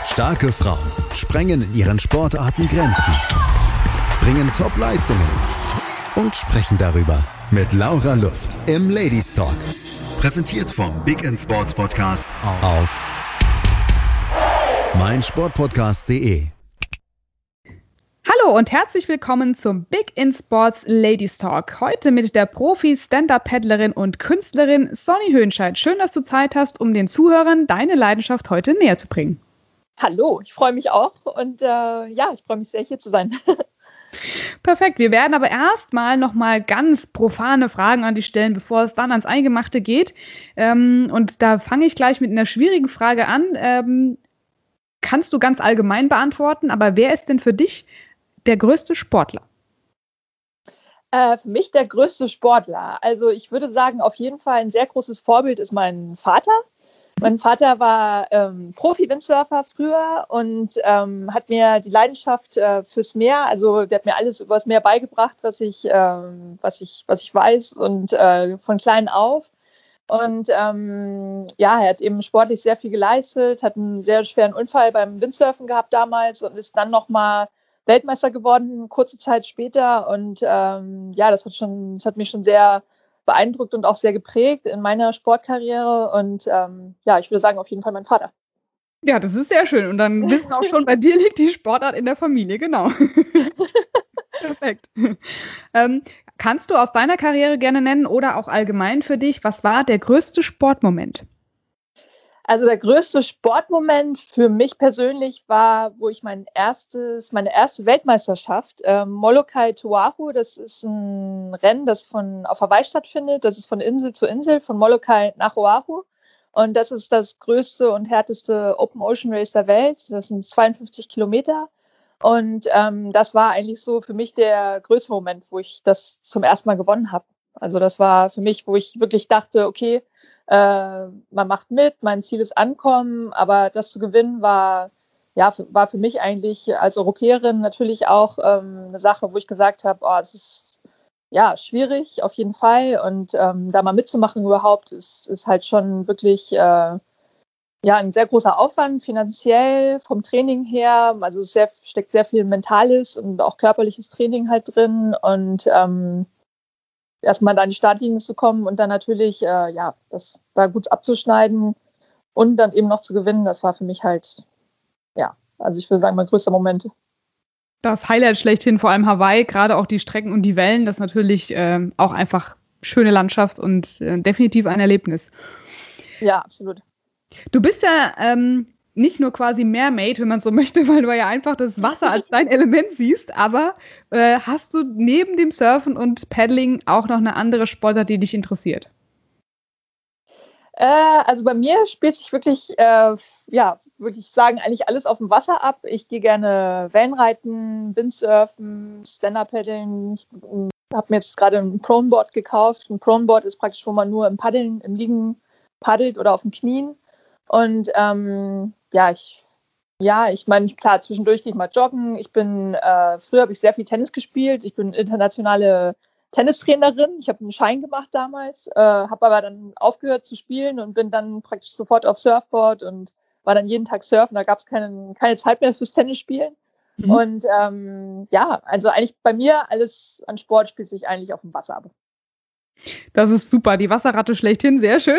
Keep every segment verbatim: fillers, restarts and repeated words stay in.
Starke Frauen sprengen in ihren Sportarten Grenzen, bringen Top-Leistungen und sprechen darüber mit Laura Luft im Ladies Talk. Präsentiert vom Big in Sports Podcast auf meinsportpodcast punkt de. Hallo und herzlich willkommen zum Big in Sports Ladies Talk. Heute mit der Profi-Stand-Up-Paddlerin und Künstlerin Sonny Höhnscheid. Schön, dass du Zeit hast, um den Zuhörern deine Leidenschaft heute näher zu bringen. Hallo, ich freue mich auch und äh, ja, ich freue mich sehr, hier zu sein. Perfekt, wir werden aber erstmal nochmal ganz profane Fragen an dich stellen, bevor es dann ans Eingemachte geht. Ähm, und da fange ich gleich mit einer schwierigen Frage an. Ähm, kannst du ganz allgemein beantworten, aber wer ist denn für dich der größte Sportler? Äh, für mich der größte Sportler. Also ich würde sagen, auf jeden Fall ein sehr großes Vorbild ist mein Vater. Mein Vater war ähm, Profi-Windsurfer früher und ähm, hat mir die Leidenschaft äh, fürs Meer, also der hat mir alles über das Meer beigebracht, was ich, ähm, was ich, was ich weiß und äh, von klein auf. Und ähm, ja, er hat eben sportlich sehr viel geleistet, hat einen sehr schweren Unfall beim Windsurfen gehabt damals und ist dann nochmal Weltmeister geworden, kurze Zeit später. Und ähm, ja, das hat schon, das hat mich schon sehr beeindruckt und auch sehr geprägt in meiner Sportkarriere. Und ähm, ja, ich würde sagen, auf jeden Fall mein Vater. Ja, das ist sehr schön. Und dann wissen wir auch schon, bei dir liegt die Sportart in der Familie, genau. Perfekt. Ähm, kannst du aus deiner Karriere gerne nennen oder auch allgemein für dich, was war der größte Sportmoment? Also der größte Sportmoment für mich persönlich war, wo ich mein erstes, meine erste Weltmeisterschaft, ähm, Molokai Toahu, das ist ein Rennen, das von auf Hawaii stattfindet. Das ist von Insel zu Insel, von Molokai nach Oahu. Und das ist das größte und härteste Open Ocean Race der Welt. Das sind zweiundfünfzig Kilometer. Und ähm, das war eigentlich so für mich der größte Moment, wo ich das zum ersten Mal gewonnen habe. Also das war für mich, wo ich wirklich dachte, okay, Äh, man macht mit, mein Ziel ist Ankommen, aber das zu gewinnen war, ja, für, war für mich eigentlich als Europäerin natürlich auch ähm, eine Sache, wo ich gesagt habe, oh, es ist ja schwierig auf jeden Fall und ähm, da mal mitzumachen überhaupt ist, ist halt schon wirklich äh, ja, ein sehr großer Aufwand finanziell vom Training her, also es sehr, steckt sehr viel mentales und auch körperliches Training halt drin und ähm, erstmal da an die Startlinie zu kommen und dann natürlich, äh, ja, das da gut abzuschneiden und dann eben noch zu gewinnen, das war für mich halt, ja, also ich würde sagen, mein größter Moment. Das Highlight schlechthin, vor allem Hawaii, gerade auch die Strecken und die Wellen, das ist natürlich äh, auch einfach schöne Landschaft und äh, definitiv ein Erlebnis. Ja, absolut. Du bist ja ähm, nicht nur quasi Mermaid, wenn man so möchte, weil du ja einfach das Wasser als dein Element siehst, aber äh, hast du neben dem Surfen und Paddling auch noch eine andere Sportart, die dich interessiert? Äh, also bei mir spielt sich wirklich, äh, ja, würde ich sagen, eigentlich alles auf dem Wasser ab. Ich gehe gerne Wellenreiten, Windsurfen, Stand-Up-Paddeln. Ich äh, habe mir jetzt gerade ein Proneboard gekauft. Ein Proneboard ist praktisch, wo man nur im Paddeln, im Liegen paddelt oder auf den Knien. Und ähm, ja, ich, ja, ich meine, klar, zwischendurch gehe ich mal joggen. Ich bin, äh, früher habe ich sehr viel Tennis gespielt. Ich bin internationale Tennistrainerin. Ich habe einen Schein gemacht damals, äh, habe aber dann aufgehört zu spielen und bin dann praktisch sofort auf Surfboard und war dann jeden Tag surfen. Da gab es keine, keine Zeit mehr fürs Tennisspielen. Mhm. Und ähm, ja, also eigentlich bei mir alles an Sport spielt sich eigentlich auf dem Wasser ab. Das ist super, die Wasserratte schlechthin, sehr schön.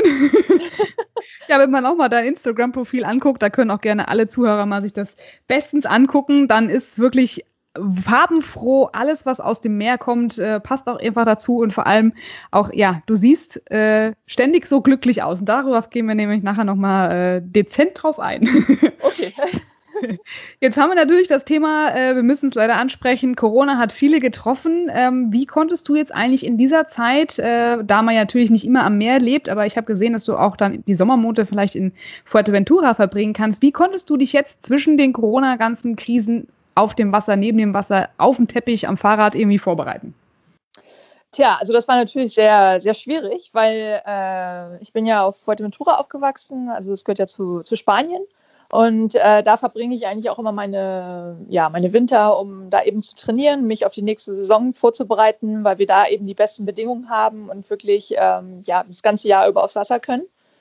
Ja, wenn man auch mal dein Instagram-Profil anguckt, da können auch gerne alle Zuhörer mal sich das bestens angucken, dann ist wirklich farbenfroh, alles, was aus dem Meer kommt, äh, passt auch einfach dazu und vor allem auch, ja, du siehst äh, ständig so glücklich aus und darüber gehen wir nämlich nachher nochmal äh, dezent drauf ein. Okay. Jetzt haben wir natürlich das Thema, äh, wir müssen es leider ansprechen, Corona hat viele getroffen. Ähm, wie konntest du jetzt eigentlich in dieser Zeit, äh, da man ja natürlich nicht immer am Meer lebt, aber ich habe gesehen, dass du auch dann die Sommermonate vielleicht in Fuerteventura verbringen kannst, wie konntest du dich jetzt zwischen den Corona-ganzen Krisen auf dem Wasser, neben dem Wasser, auf dem Teppich, am Fahrrad irgendwie vorbereiten? Tja, also das war natürlich sehr, sehr schwierig, weil äh, ich bin ja auf Fuerteventura aufgewachsen, also das gehört ja zu, zu Spanien. Und äh, da verbringe ich eigentlich auch immer meine, ja, meine Winter, um da eben zu trainieren, mich auf die nächste Saison vorzubereiten, weil wir da eben die besten Bedingungen haben und wirklich ähm, ja, das ganze Jahr über aufs Wasser können.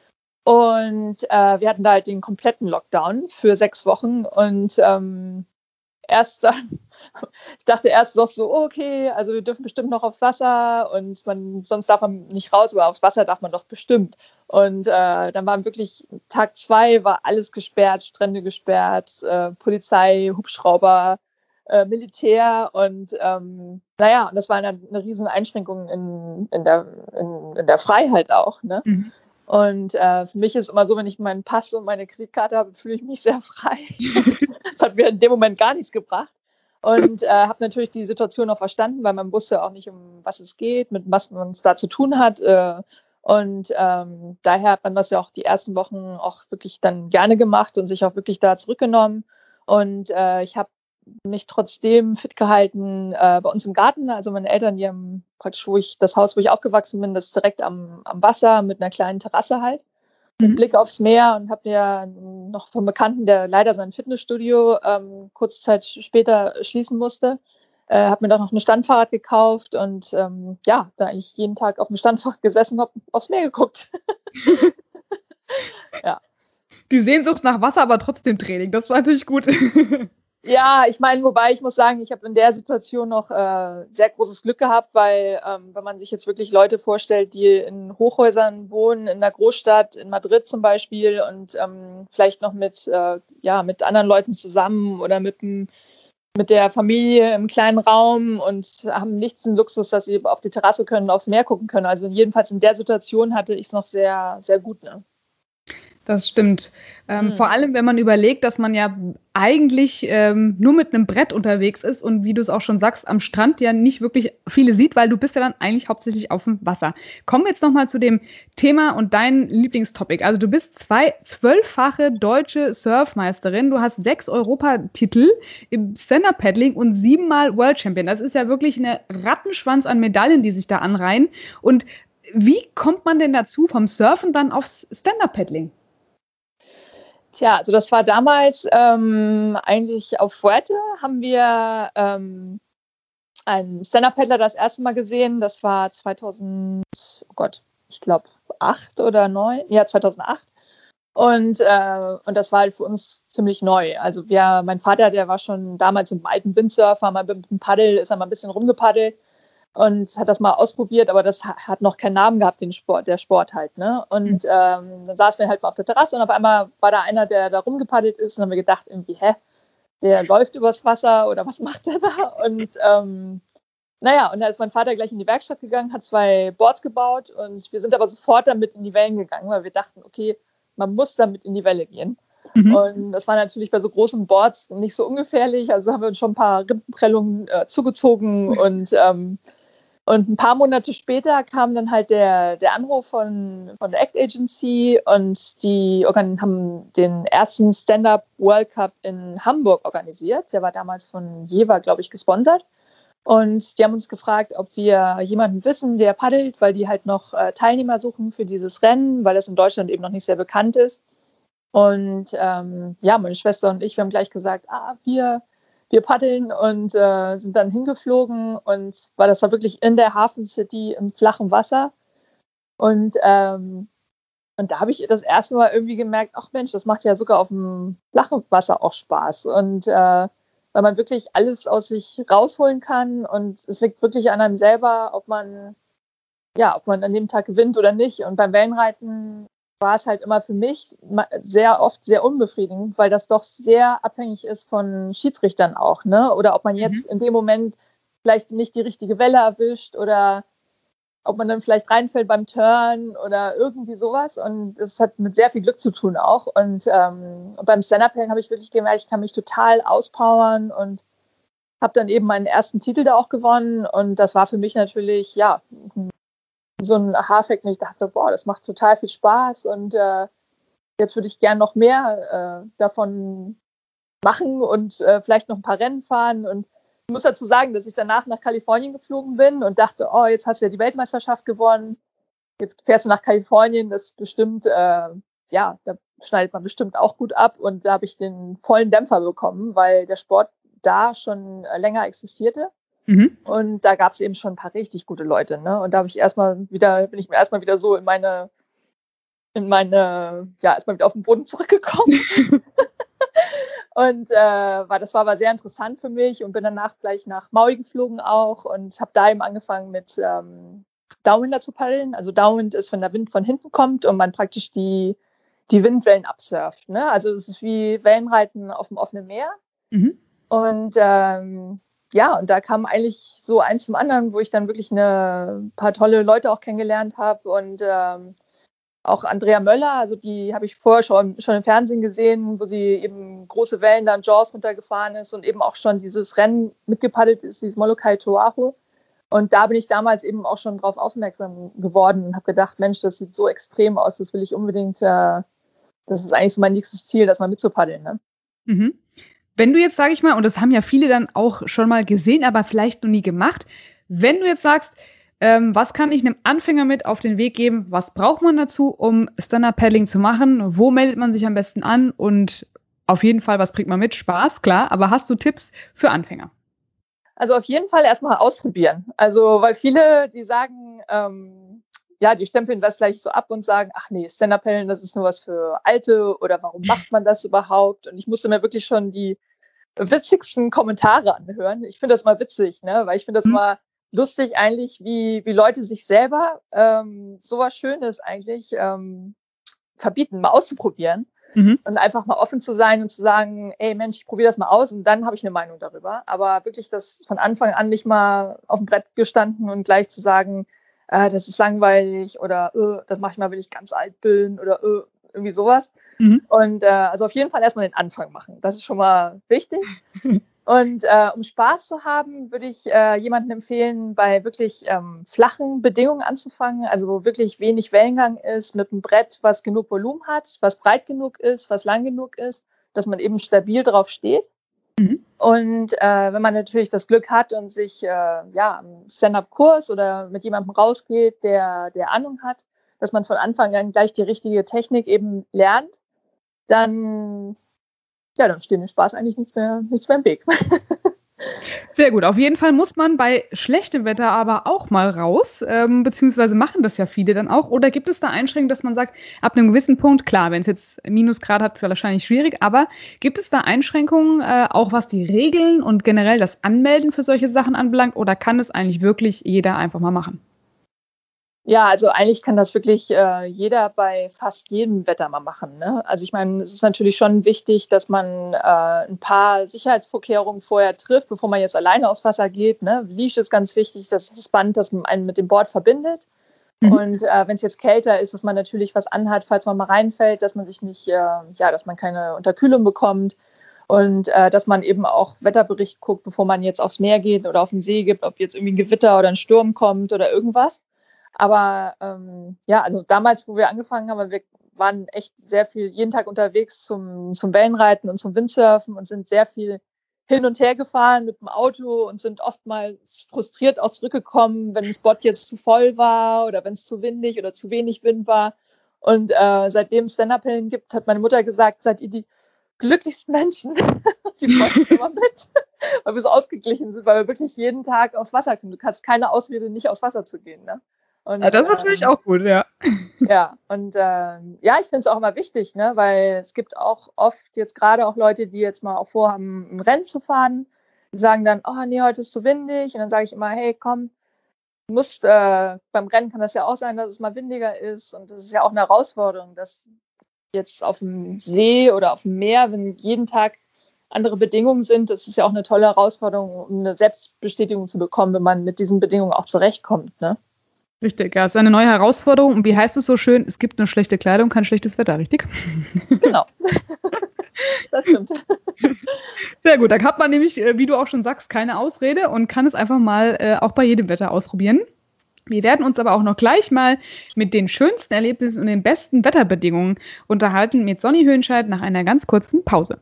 Und äh, wir hatten da halt den kompletten Lockdown für sechs Wochen. Und ähm, erst dann, ich dachte erst doch so, okay, also wir dürfen bestimmt noch aufs Wasser und man, sonst darf man nicht raus, aber aufs Wasser darf man doch bestimmt. Und äh, dann waren wirklich, Tag zwei war alles gesperrt, Strände gesperrt, äh, Polizei, Hubschrauber, äh, Militär und ähm, naja, und das war eine, eine riesen Einschränkung in, in, der, in, in der Freiheit auch, ne? Mhm. Und äh, für mich ist es immer so, wenn ich meinen Pass und meine Kreditkarte habe, fühle ich mich sehr frei. Das hat mir in dem Moment gar nichts gebracht. Und äh, habe natürlich die Situation auch verstanden, weil man wusste auch nicht, um was es geht, mit was man es da zu tun hat. Äh, und ähm, daher hat man das ja auch die ersten Wochen auch wirklich dann gerne gemacht und sich auch wirklich da zurückgenommen. Und äh, ich habe mich trotzdem fit gehalten äh, bei uns im Garten. Also meine Eltern, die haben praktisch, wo ich, das Haus, wo ich aufgewachsen bin, das ist direkt am, am Wasser mit einer kleinen Terrasse halt. Mit mhm. Blick aufs Meer und habe ja noch vom Bekannten, der leider sein Fitnessstudio ähm, kurze Zeit später schließen musste, äh, habe mir dann noch ein Standfahrrad gekauft und ähm, ja, da eigentlich jeden Tag auf dem Standfahrrad gesessen, habe aufs Meer geguckt. Ja. Die Sehnsucht nach Wasser, aber trotzdem Training, das war natürlich gut. Ja, ich meine, wobei ich muss sagen, ich habe in der Situation noch äh, sehr großes Glück gehabt, weil ähm, wenn man sich jetzt wirklich Leute vorstellt, die in Hochhäusern wohnen, in der Großstadt, in Madrid zum Beispiel und ähm, vielleicht noch mit, äh, ja, mit anderen Leuten zusammen oder mit, dem, mit der Familie im kleinen Raum und haben nichts den Luxus, dass sie auf die Terrasse können, aufs Meer gucken können. Also jedenfalls in der Situation hatte ich es noch sehr, sehr gut, ne? Das stimmt. Ähm, hm. Vor allem, wenn man überlegt, dass man ja eigentlich ähm, nur mit einem Brett unterwegs ist und wie du es auch schon sagst, am Strand ja nicht wirklich viele sieht, weil du bist ja dann eigentlich hauptsächlich auf dem Wasser. Kommen wir jetzt nochmal zu dem Thema und dein Lieblingstopic. Also du bist zwei zwölffache deutsche Surfmeisterin, du hast sechs Europatitel im Stand-Up-Paddling und siebenmal World Champion. Das ist ja wirklich eine Rattenschwanz an Medaillen, die sich da anreihen. Und wie kommt man denn dazu, vom Surfen dann aufs Stand-Up-Paddling? Tja, also das war damals ähm, eigentlich auf Fuerte, haben wir ähm, einen Stand-Up-Paddler das erste Mal gesehen. Das war zweitausend, oh Gott, ich glaube acht oder neun, ja zweitausendacht. Und, äh, und das war halt für uns ziemlich neu. Also wir, mein Vater, der war schon damals im alten Windsurfer, mal mit dem Paddel, ist er mal ein bisschen rumgepaddelt und hat das mal ausprobiert, aber das hat noch keinen Namen gehabt, den Sport, der Sport halt, ne? Und ähm, dann saßen wir halt mal auf der Terrasse und auf einmal war da einer, der da rumgepaddelt ist und haben wir gedacht irgendwie, hä, der läuft übers Wasser oder was macht der da? Und ähm, naja, und da ist mein Vater gleich in die Werkstatt gegangen, hat zwei Boards gebaut und wir sind aber sofort damit in die Wellen gegangen, weil wir dachten, okay, man muss damit in die Welle gehen. Mhm. Und das war natürlich bei so großen Boards nicht so ungefährlich, also haben wir uns schon ein paar Rippenprellungen äh, zugezogen mhm. und ähm, Und ein paar Monate später kam dann halt der, der Anruf von, von der Act Agency und die organ- haben den ersten Stand-Up World Cup in Hamburg organisiert. Der war damals von Jever, glaube ich, gesponsert. Und die haben uns gefragt, ob wir jemanden wissen, der paddelt, weil die halt noch äh, Teilnehmer suchen für dieses Rennen, weil das in Deutschland eben noch nicht sehr bekannt ist. Und ähm, ja, meine Schwester und ich, wir haben gleich gesagt, ah, wir... Wir paddeln und äh, sind dann hingeflogen und weil das war wirklich in der Hafen City im flachen Wasser. Und, ähm, und da habe ich das erste Mal irgendwie gemerkt, ach Mensch, das macht ja sogar auf dem flachen Wasser auch Spaß. Und äh, weil man wirklich alles aus sich rausholen kann und es liegt wirklich an einem selber, ob man, ja, ob man an dem Tag gewinnt oder nicht. Und beim Wellenreiten war es halt immer für mich sehr oft sehr unbefriedigend, weil das doch sehr abhängig ist von Schiedsrichtern auch, ne? Oder ob man jetzt mhm. in dem Moment vielleicht nicht die richtige Welle erwischt oder ob man dann vielleicht reinfällt beim Turn oder irgendwie sowas. Und es hat mit sehr viel Glück zu tun auch. Und ähm, beim Stand-Up-Paddling habe ich wirklich gemerkt, ich kann mich total auspowern und habe dann eben meinen ersten Titel da auch gewonnen. Und das war für mich natürlich, ja, so ein Aha-Effekt, und ich dachte, boah, das macht total viel Spaß und äh, jetzt würde ich gern noch mehr äh, davon machen und äh, vielleicht noch ein paar Rennen fahren. Und ich muss dazu sagen, dass ich danach nach Kalifornien geflogen bin und dachte, oh, jetzt hast du ja die Weltmeisterschaft gewonnen, jetzt fährst du nach Kalifornien, das ist bestimmt, äh, ja, da schneidet man bestimmt auch gut ab und da habe ich den vollen Dämpfer bekommen, weil der Sport da schon äh, länger existierte. Mhm. Und da gab es eben schon ein paar richtig gute Leute, ne? Und da habe ich erstmal wieder, bin ich mir erstmal wieder so in meine in meine, ja, erstmal wieder auf den Boden zurückgekommen. Und äh, war, das war aber sehr interessant für mich und bin danach gleich nach Maui geflogen auch und habe da eben angefangen mit ähm, Downwinder zu paddeln. Also Downwind ist, wenn der Wind von hinten kommt und man praktisch die, die Windwellen absurft. Ne? Also es ist wie Wellenreiten auf dem offenen Meer. Mhm. Und ähm, ja, und da kam eigentlich so eins zum anderen, wo ich dann wirklich eine paar tolle Leute auch kennengelernt habe und ähm, auch Andrea Möller, also die habe ich vorher schon, schon im Fernsehen gesehen, wo sie eben große Wellen da in Jaws runtergefahren ist und eben auch schon dieses Rennen mitgepaddelt ist, dieses Molokai Toahu. Und da bin ich damals eben auch schon drauf aufmerksam geworden und habe gedacht, Mensch, das sieht so extrem aus, das will ich unbedingt, äh, das ist eigentlich so mein nächstes Ziel, das mal mitzupaddeln. Ne? Mhm. Wenn du jetzt, sage ich mal, und das haben ja viele dann auch schon mal gesehen, aber vielleicht noch nie gemacht, wenn du jetzt sagst, Ähm, was kann ich einem Anfänger mit auf den Weg geben? Was braucht man dazu, um Stand-Up-Paddling zu machen? Wo meldet man sich am besten an? Und auf jeden Fall, was bringt man mit? Spaß, klar. Aber hast du Tipps für Anfänger? Also auf jeden Fall erstmal ausprobieren. Also weil viele, die sagen, ähm, ja, die stempeln das gleich so ab und sagen, ach nee, Stand-Up-Paddeln, das ist nur was für Alte oder warum macht man das überhaupt? Und ich musste mir wirklich schon die witzigsten Kommentare anhören. Ich finde das mal witzig, ne? Weil ich finde das mhm. mal lustig eigentlich, wie, wie Leute sich selber ähm, sowas Schönes eigentlich ähm, verbieten, mal auszuprobieren mhm. und einfach mal offen zu sein und zu sagen, ey Mensch, ich probiere das mal aus und dann habe ich eine Meinung darüber. Aber wirklich das von Anfang an nicht mal auf dem Brett gestanden und gleich zu sagen, äh, das ist langweilig oder äh, das mache ich mal, wenn ich ganz alt bin oder äh, irgendwie sowas. Mhm. Und äh, also auf jeden Fall erstmal den Anfang machen. Das ist schon mal wichtig. Und äh, um Spaß zu haben, würde ich äh, jemandem empfehlen, bei wirklich ähm, flachen Bedingungen anzufangen, also wo wirklich wenig Wellengang ist, mit einem Brett, was genug Volumen hat, was breit genug ist, was lang genug ist, dass man eben stabil drauf steht. Mhm. Und äh, wenn man natürlich das Glück hat und sich äh, ja, am Stand-Up-Kurs oder mit jemandem rausgeht, der, der Ahnung hat, dass man von Anfang an gleich die richtige Technik eben lernt, dann ja, dann steht dem Spaß eigentlich nichts mehr, nichts mehr im Weg. Sehr gut. Auf jeden Fall muss man bei schlechtem Wetter aber auch mal raus, ähm, beziehungsweise machen das ja viele dann auch. Oder gibt es da Einschränkungen, dass man sagt, ab einem gewissen Punkt, klar, wenn es jetzt Minusgrad hat, wahrscheinlich schwierig, aber gibt es da Einschränkungen, äh, auch was die Regeln und generell das Anmelden für solche Sachen anbelangt? Oder kann es eigentlich wirklich jeder einfach mal machen? Ja, also eigentlich kann das wirklich äh, jeder bei fast jedem Wetter mal machen. Ne? Also ich meine, es ist natürlich schon wichtig, dass man äh, ein paar Sicherheitsvorkehrungen vorher trifft, bevor man jetzt alleine aufs Wasser geht. Ne? Leash ist ganz wichtig, das ist das Band, das einen mit dem Board verbindet. Mhm. Und äh, wenn es jetzt kälter ist, dass man natürlich was anhat, falls man mal reinfällt, dass man sich nicht, äh, ja, dass man keine Unterkühlung bekommt. Und äh, dass man eben auch Wetterbericht guckt, bevor man jetzt aufs Meer geht oder auf den See gibt, ob jetzt irgendwie ein Gewitter oder ein Sturm kommt oder irgendwas. Aber ähm, ja, also damals, wo wir angefangen haben, wir waren echt sehr viel jeden Tag unterwegs zum, zum Wellenreiten und zum Windsurfen und sind sehr viel hin und her gefahren mit dem Auto und sind oftmals frustriert auch zurückgekommen, wenn das Boot jetzt zu voll war oder wenn es zu windig oder zu wenig Wind war. Und äh, seitdem es Stand-Up-Paddeln gibt, hat meine Mutter gesagt, seid ihr die glücklichsten Menschen. Sie freut sich immer mit, weil wir so ausgeglichen sind, weil wir wirklich jeden Tag aufs Wasser können. Du hast keine Ausrede, nicht aufs Wasser zu gehen, ne? Und, ja, das ist natürlich ähm, auch gut, ja. Ja, und ähm, ja, ich finde es auch immer wichtig, ne, weil es gibt auch oft jetzt gerade auch Leute, die jetzt mal auch vorhaben, ein Rennen zu fahren, die sagen dann, oh nee, heute ist zu windig und dann sage ich immer, hey, komm, du musst, äh, beim Rennen kann das ja auch sein, dass es mal windiger ist und das ist ja auch eine Herausforderung, dass jetzt auf dem See oder auf dem Meer, wenn jeden Tag andere Bedingungen sind, das ist ja auch eine tolle Herausforderung, um eine Selbstbestätigung zu bekommen, wenn man mit diesen Bedingungen auch zurechtkommt, ne? Richtig, ja, es ist eine neue Herausforderung. Und wie heißt es so schön? Es gibt nur schlechte Kleidung, kein schlechtes Wetter, richtig? Genau. Das stimmt. Sehr gut, da hat man nämlich, wie du auch schon sagst, keine Ausrede und kann es einfach mal äh, auch bei jedem Wetter ausprobieren. Wir werden uns aber auch noch gleich mal mit den schönsten Erlebnissen und den besten Wetterbedingungen unterhalten mit Sonny Höhnscheid nach einer ganz kurzen Pause.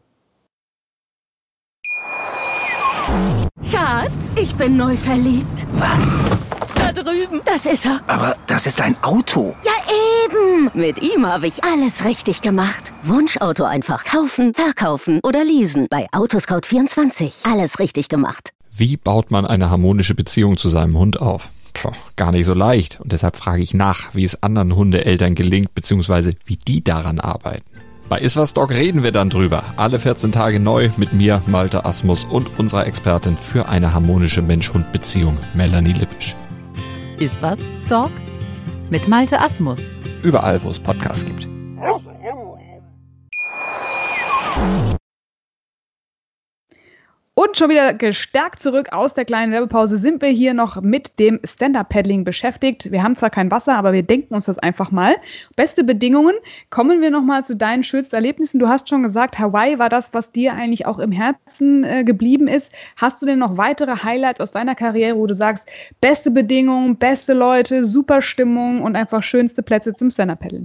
Schatz, ich bin neu verliebt. Was? Da drüben. Das ist er. Aber das ist ein Auto. Ja, eben. Mit ihm habe ich alles richtig gemacht. Wunschauto einfach kaufen, verkaufen oder leasen. Bei Autoscout vierundzwanzig. Alles richtig gemacht. Wie baut man eine harmonische Beziehung zu seinem Hund auf? Puh, gar nicht so leicht. Und deshalb frage ich nach, wie es anderen Hundeeltern gelingt, beziehungsweise wie die daran arbeiten. Bei Iswas Dog reden wir dann drüber. Alle vierzehn Tage neu mit mir, Malte Asmus und unserer Expertin für eine harmonische Mensch-Hund-Beziehung, Melanie Lippisch. Iswas Dog mit Malte Asmus. Überall, wo es Podcasts gibt. Und schon wieder gestärkt zurück aus der kleinen Werbepause sind wir hier noch mit dem Stand-Up-Paddling beschäftigt. Wir haben zwar kein Wasser, aber wir denken uns das einfach mal. Beste Bedingungen. Kommen wir nochmal zu deinen schönsten Erlebnissen. Du hast schon gesagt, Hawaii war das, was dir eigentlich auch im Herzen äh, geblieben ist. Hast du denn noch weitere Highlights aus deiner Karriere, wo du sagst, beste Bedingungen, beste Leute, super Stimmung und einfach schönste Plätze zum Stand-Up-Paddeln?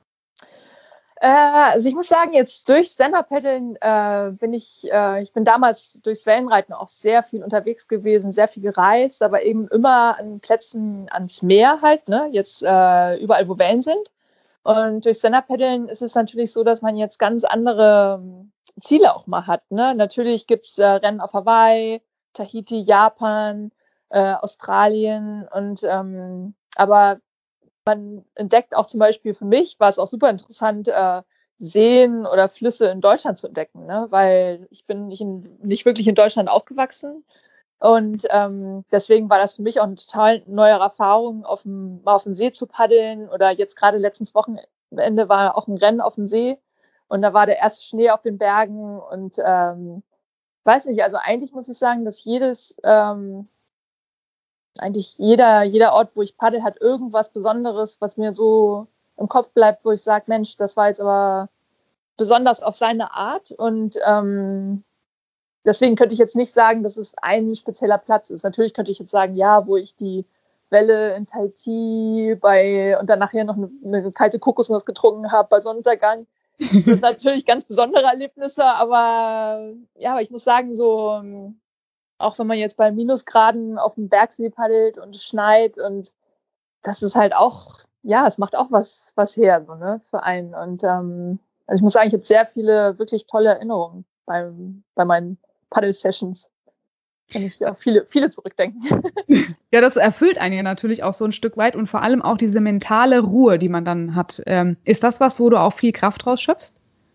Also ich muss sagen, jetzt durch Stand-Up-Paddeln äh, bin ich, äh, ich bin damals durchs Wellenreiten auch sehr viel unterwegs gewesen, sehr viel gereist, aber eben immer an Plätzen ans Meer halt, ne? Jetzt äh, überall, wo Wellen sind. Und durch Stand-Up-Paddeln ist es natürlich so, dass man jetzt ganz andere Ziele auch mal hat, ne? Natürlich gibt's äh, Rennen auf Hawaii, Tahiti, Japan, äh, Australien und ähm, aber man entdeckt auch zum Beispiel, für mich war es auch super interessant, äh, Seen oder Flüsse in Deutschland zu entdecken, ne? Weil ich bin nicht, in, nicht wirklich in Deutschland aufgewachsen und ähm, deswegen war das für mich auch eine total neue Erfahrung, auf dem, mal auf dem See zu paddeln oder jetzt gerade letztes Wochenende war auch ein Rennen auf dem See und da war der erste Schnee auf den Bergen und ähm, weiß nicht, also eigentlich muss ich sagen, dass jedes ähm, eigentlich jeder, jeder Ort, wo ich paddel, hat irgendwas Besonderes, was mir so im Kopf bleibt, wo ich sage, Mensch, das war jetzt aber besonders auf seine Art. Und ähm, deswegen könnte ich jetzt nicht sagen, dass es ein spezieller Platz ist. Natürlich könnte ich jetzt sagen, ja, wo ich die Welle in Tahiti bei und dann nachher noch eine, eine kalte Kokosnuss getrunken habe bei Sonnenuntergang. Das sind natürlich ganz besondere Erlebnisse, aber ja, aber ich muss sagen, so auch wenn man jetzt bei Minusgraden auf dem Bergsee paddelt und es schneit und das ist halt auch, ja, es macht auch was, was her, so, ne, für einen. Und ähm, also ich muss sagen, ich habe sehr viele wirklich tolle Erinnerungen beim, bei meinen Paddle-Sessions. Kann ich ja viele, viele zurückdenken. Ja, das erfüllt einen ja natürlich auch so ein Stück weit und vor allem auch diese mentale Ruhe, die man dann hat. Ähm, ist das was, wo du auch viel Kraft rausschöpfst?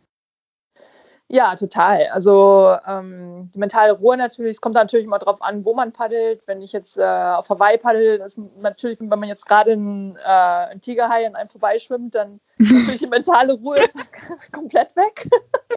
Ja, total. Also ähm, die mentale Ruhe natürlich, es kommt natürlich immer drauf an, wo man paddelt. Wenn ich jetzt äh, auf Hawaii paddel, ist natürlich, wenn man jetzt gerade ein, äh, ein Tigerhai an einem vorbeischwimmt, dann ist natürlich die mentale Ruhe ist komplett weg.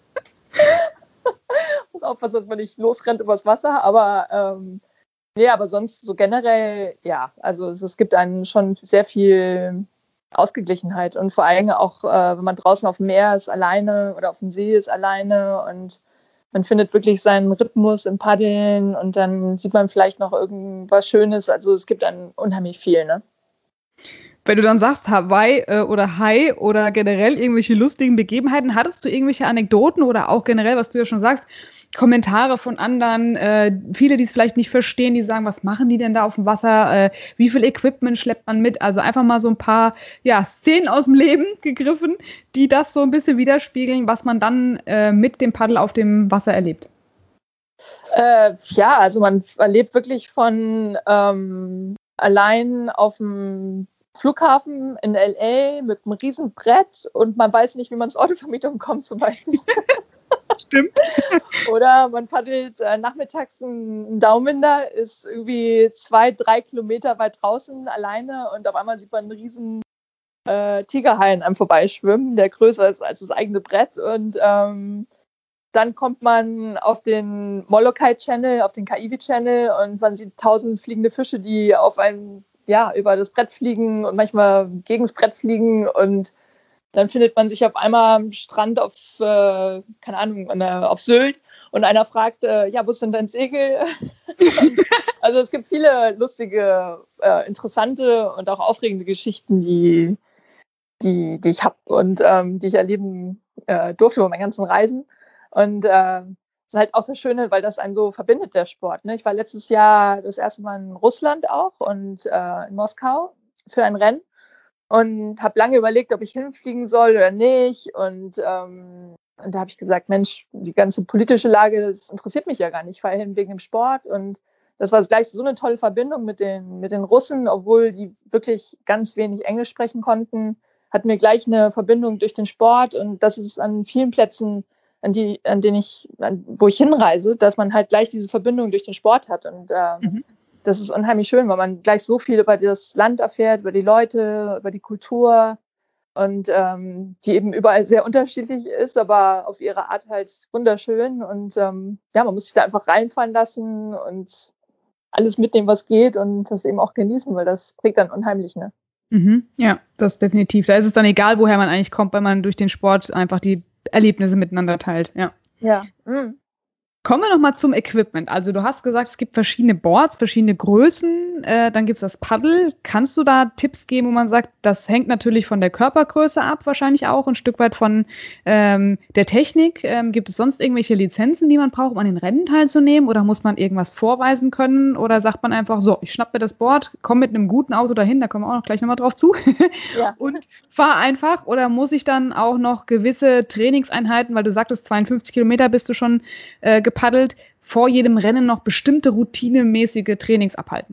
Muss aufpassen, dass man nicht losrennt übers Wasser, aber ähm, nee, aber sonst so generell, ja, also es, es gibt einen schon sehr viel Ausgeglichenheit und vor allem auch, äh, wenn man draußen auf dem Meer ist, alleine oder auf dem See ist, alleine und man findet wirklich seinen Rhythmus im Paddeln und dann sieht man vielleicht noch irgendwas Schönes, also es gibt dann unheimlich viel, ne? Wenn du dann sagst Hawaii äh, oder Hai oder generell irgendwelche lustigen Begebenheiten, hattest du irgendwelche Anekdoten oder auch generell, was du ja schon sagst, Kommentare von anderen, äh, viele, die es vielleicht nicht verstehen, die sagen, was machen die denn da auf dem Wasser, äh, wie viel Equipment schleppt man mit, also einfach mal so ein paar ja, Szenen aus dem Leben gegriffen, die das so ein bisschen widerspiegeln, was man dann äh, mit dem Paddel auf dem Wasser erlebt. Äh, ja, also man erlebt wirklich von ähm, allein auf dem Flughafen in L A mit einem riesen Brett und man weiß nicht, wie man zur Autovermietung kommt zum Beispiel. Stimmt. Oder man paddelt äh, nachmittags ein Dauminder, ist irgendwie zwei, drei Kilometer weit draußen alleine und auf einmal sieht man einen riesen äh, Tigerhai an einem vorbeischwimmen, der größer ist als das eigene Brett. Und ähm, dann kommt man auf den Molokai-Channel, auf den Kaiwi-Channel und man sieht tausend fliegende Fische, die auf ein, ja, über das Brett fliegen und manchmal gegen das Brett fliegen und dann findet man sich auf einmal am Strand auf, äh, keine Ahnung, auf Sylt und einer fragt, äh, ja, wo ist denn dein Segel? Also es gibt viele lustige, äh, interessante und auch aufregende Geschichten, die, die, die ich habe und ähm, die ich erleben äh, durfte über meine ganzen Reisen. Und äh, das ist halt auch das Schöne, weil das einen so verbindet, der Sport. Ne? Ich war letztes Jahr das erste Mal in Russland auch und äh, in Moskau für ein Rennen. Und habe lange überlegt, ob ich hinfliegen soll oder nicht. Und, ähm, und da habe ich gesagt, Mensch, die ganze politische Lage, das interessiert mich ja gar nicht. Ich fahre hin wegen dem Sport. Und das war gleich so eine tolle Verbindung mit den, mit den Russen, obwohl die wirklich ganz wenig Englisch sprechen konnten, hatten wir gleich eine Verbindung durch den Sport und das ist an vielen Plätzen, an die, an denen ich, an, wo ich hinreise, dass man halt gleich diese Verbindung durch den Sport hat und äh, mhm. das ist unheimlich schön, weil man gleich so viel über das Land erfährt, über die Leute, über die Kultur und ähm, die eben überall sehr unterschiedlich ist, aber auf ihre Art halt wunderschön und ähm, ja, man muss sich da einfach reinfallen lassen und alles mitnehmen, was geht und das eben auch genießen, weil das prägt dann unheimlich, ne? Mhm, ja, das definitiv. Da ist es dann egal, woher man eigentlich kommt, weil man durch den Sport einfach die Erlebnisse miteinander teilt, ja. Ja. Mhm. Kommen wir nochmal zum Equipment. Also du hast gesagt, es gibt verschiedene Boards, verschiedene Größen, äh, dann gibt es das Paddel. Kannst du da Tipps geben, wo man sagt, das hängt natürlich von der Körpergröße ab, wahrscheinlich auch ein Stück weit von ähm, der Technik. Ähm, gibt es sonst irgendwelche Lizenzen, die man braucht, um an den Rennen teilzunehmen? Oder muss man irgendwas vorweisen können? Oder sagt man einfach so, ich schnapp mir das Board, komme mit einem guten Auto dahin, da kommen wir auch noch gleich nochmal drauf zu, ja. und fahr einfach? Oder muss ich dann auch noch gewisse Trainingseinheiten, weil du sagtest, zweiundfünfzig Kilometer bist du schon äh, gepaddelt, vor jedem Rennen noch bestimmte routinemäßige Trainings abhalten?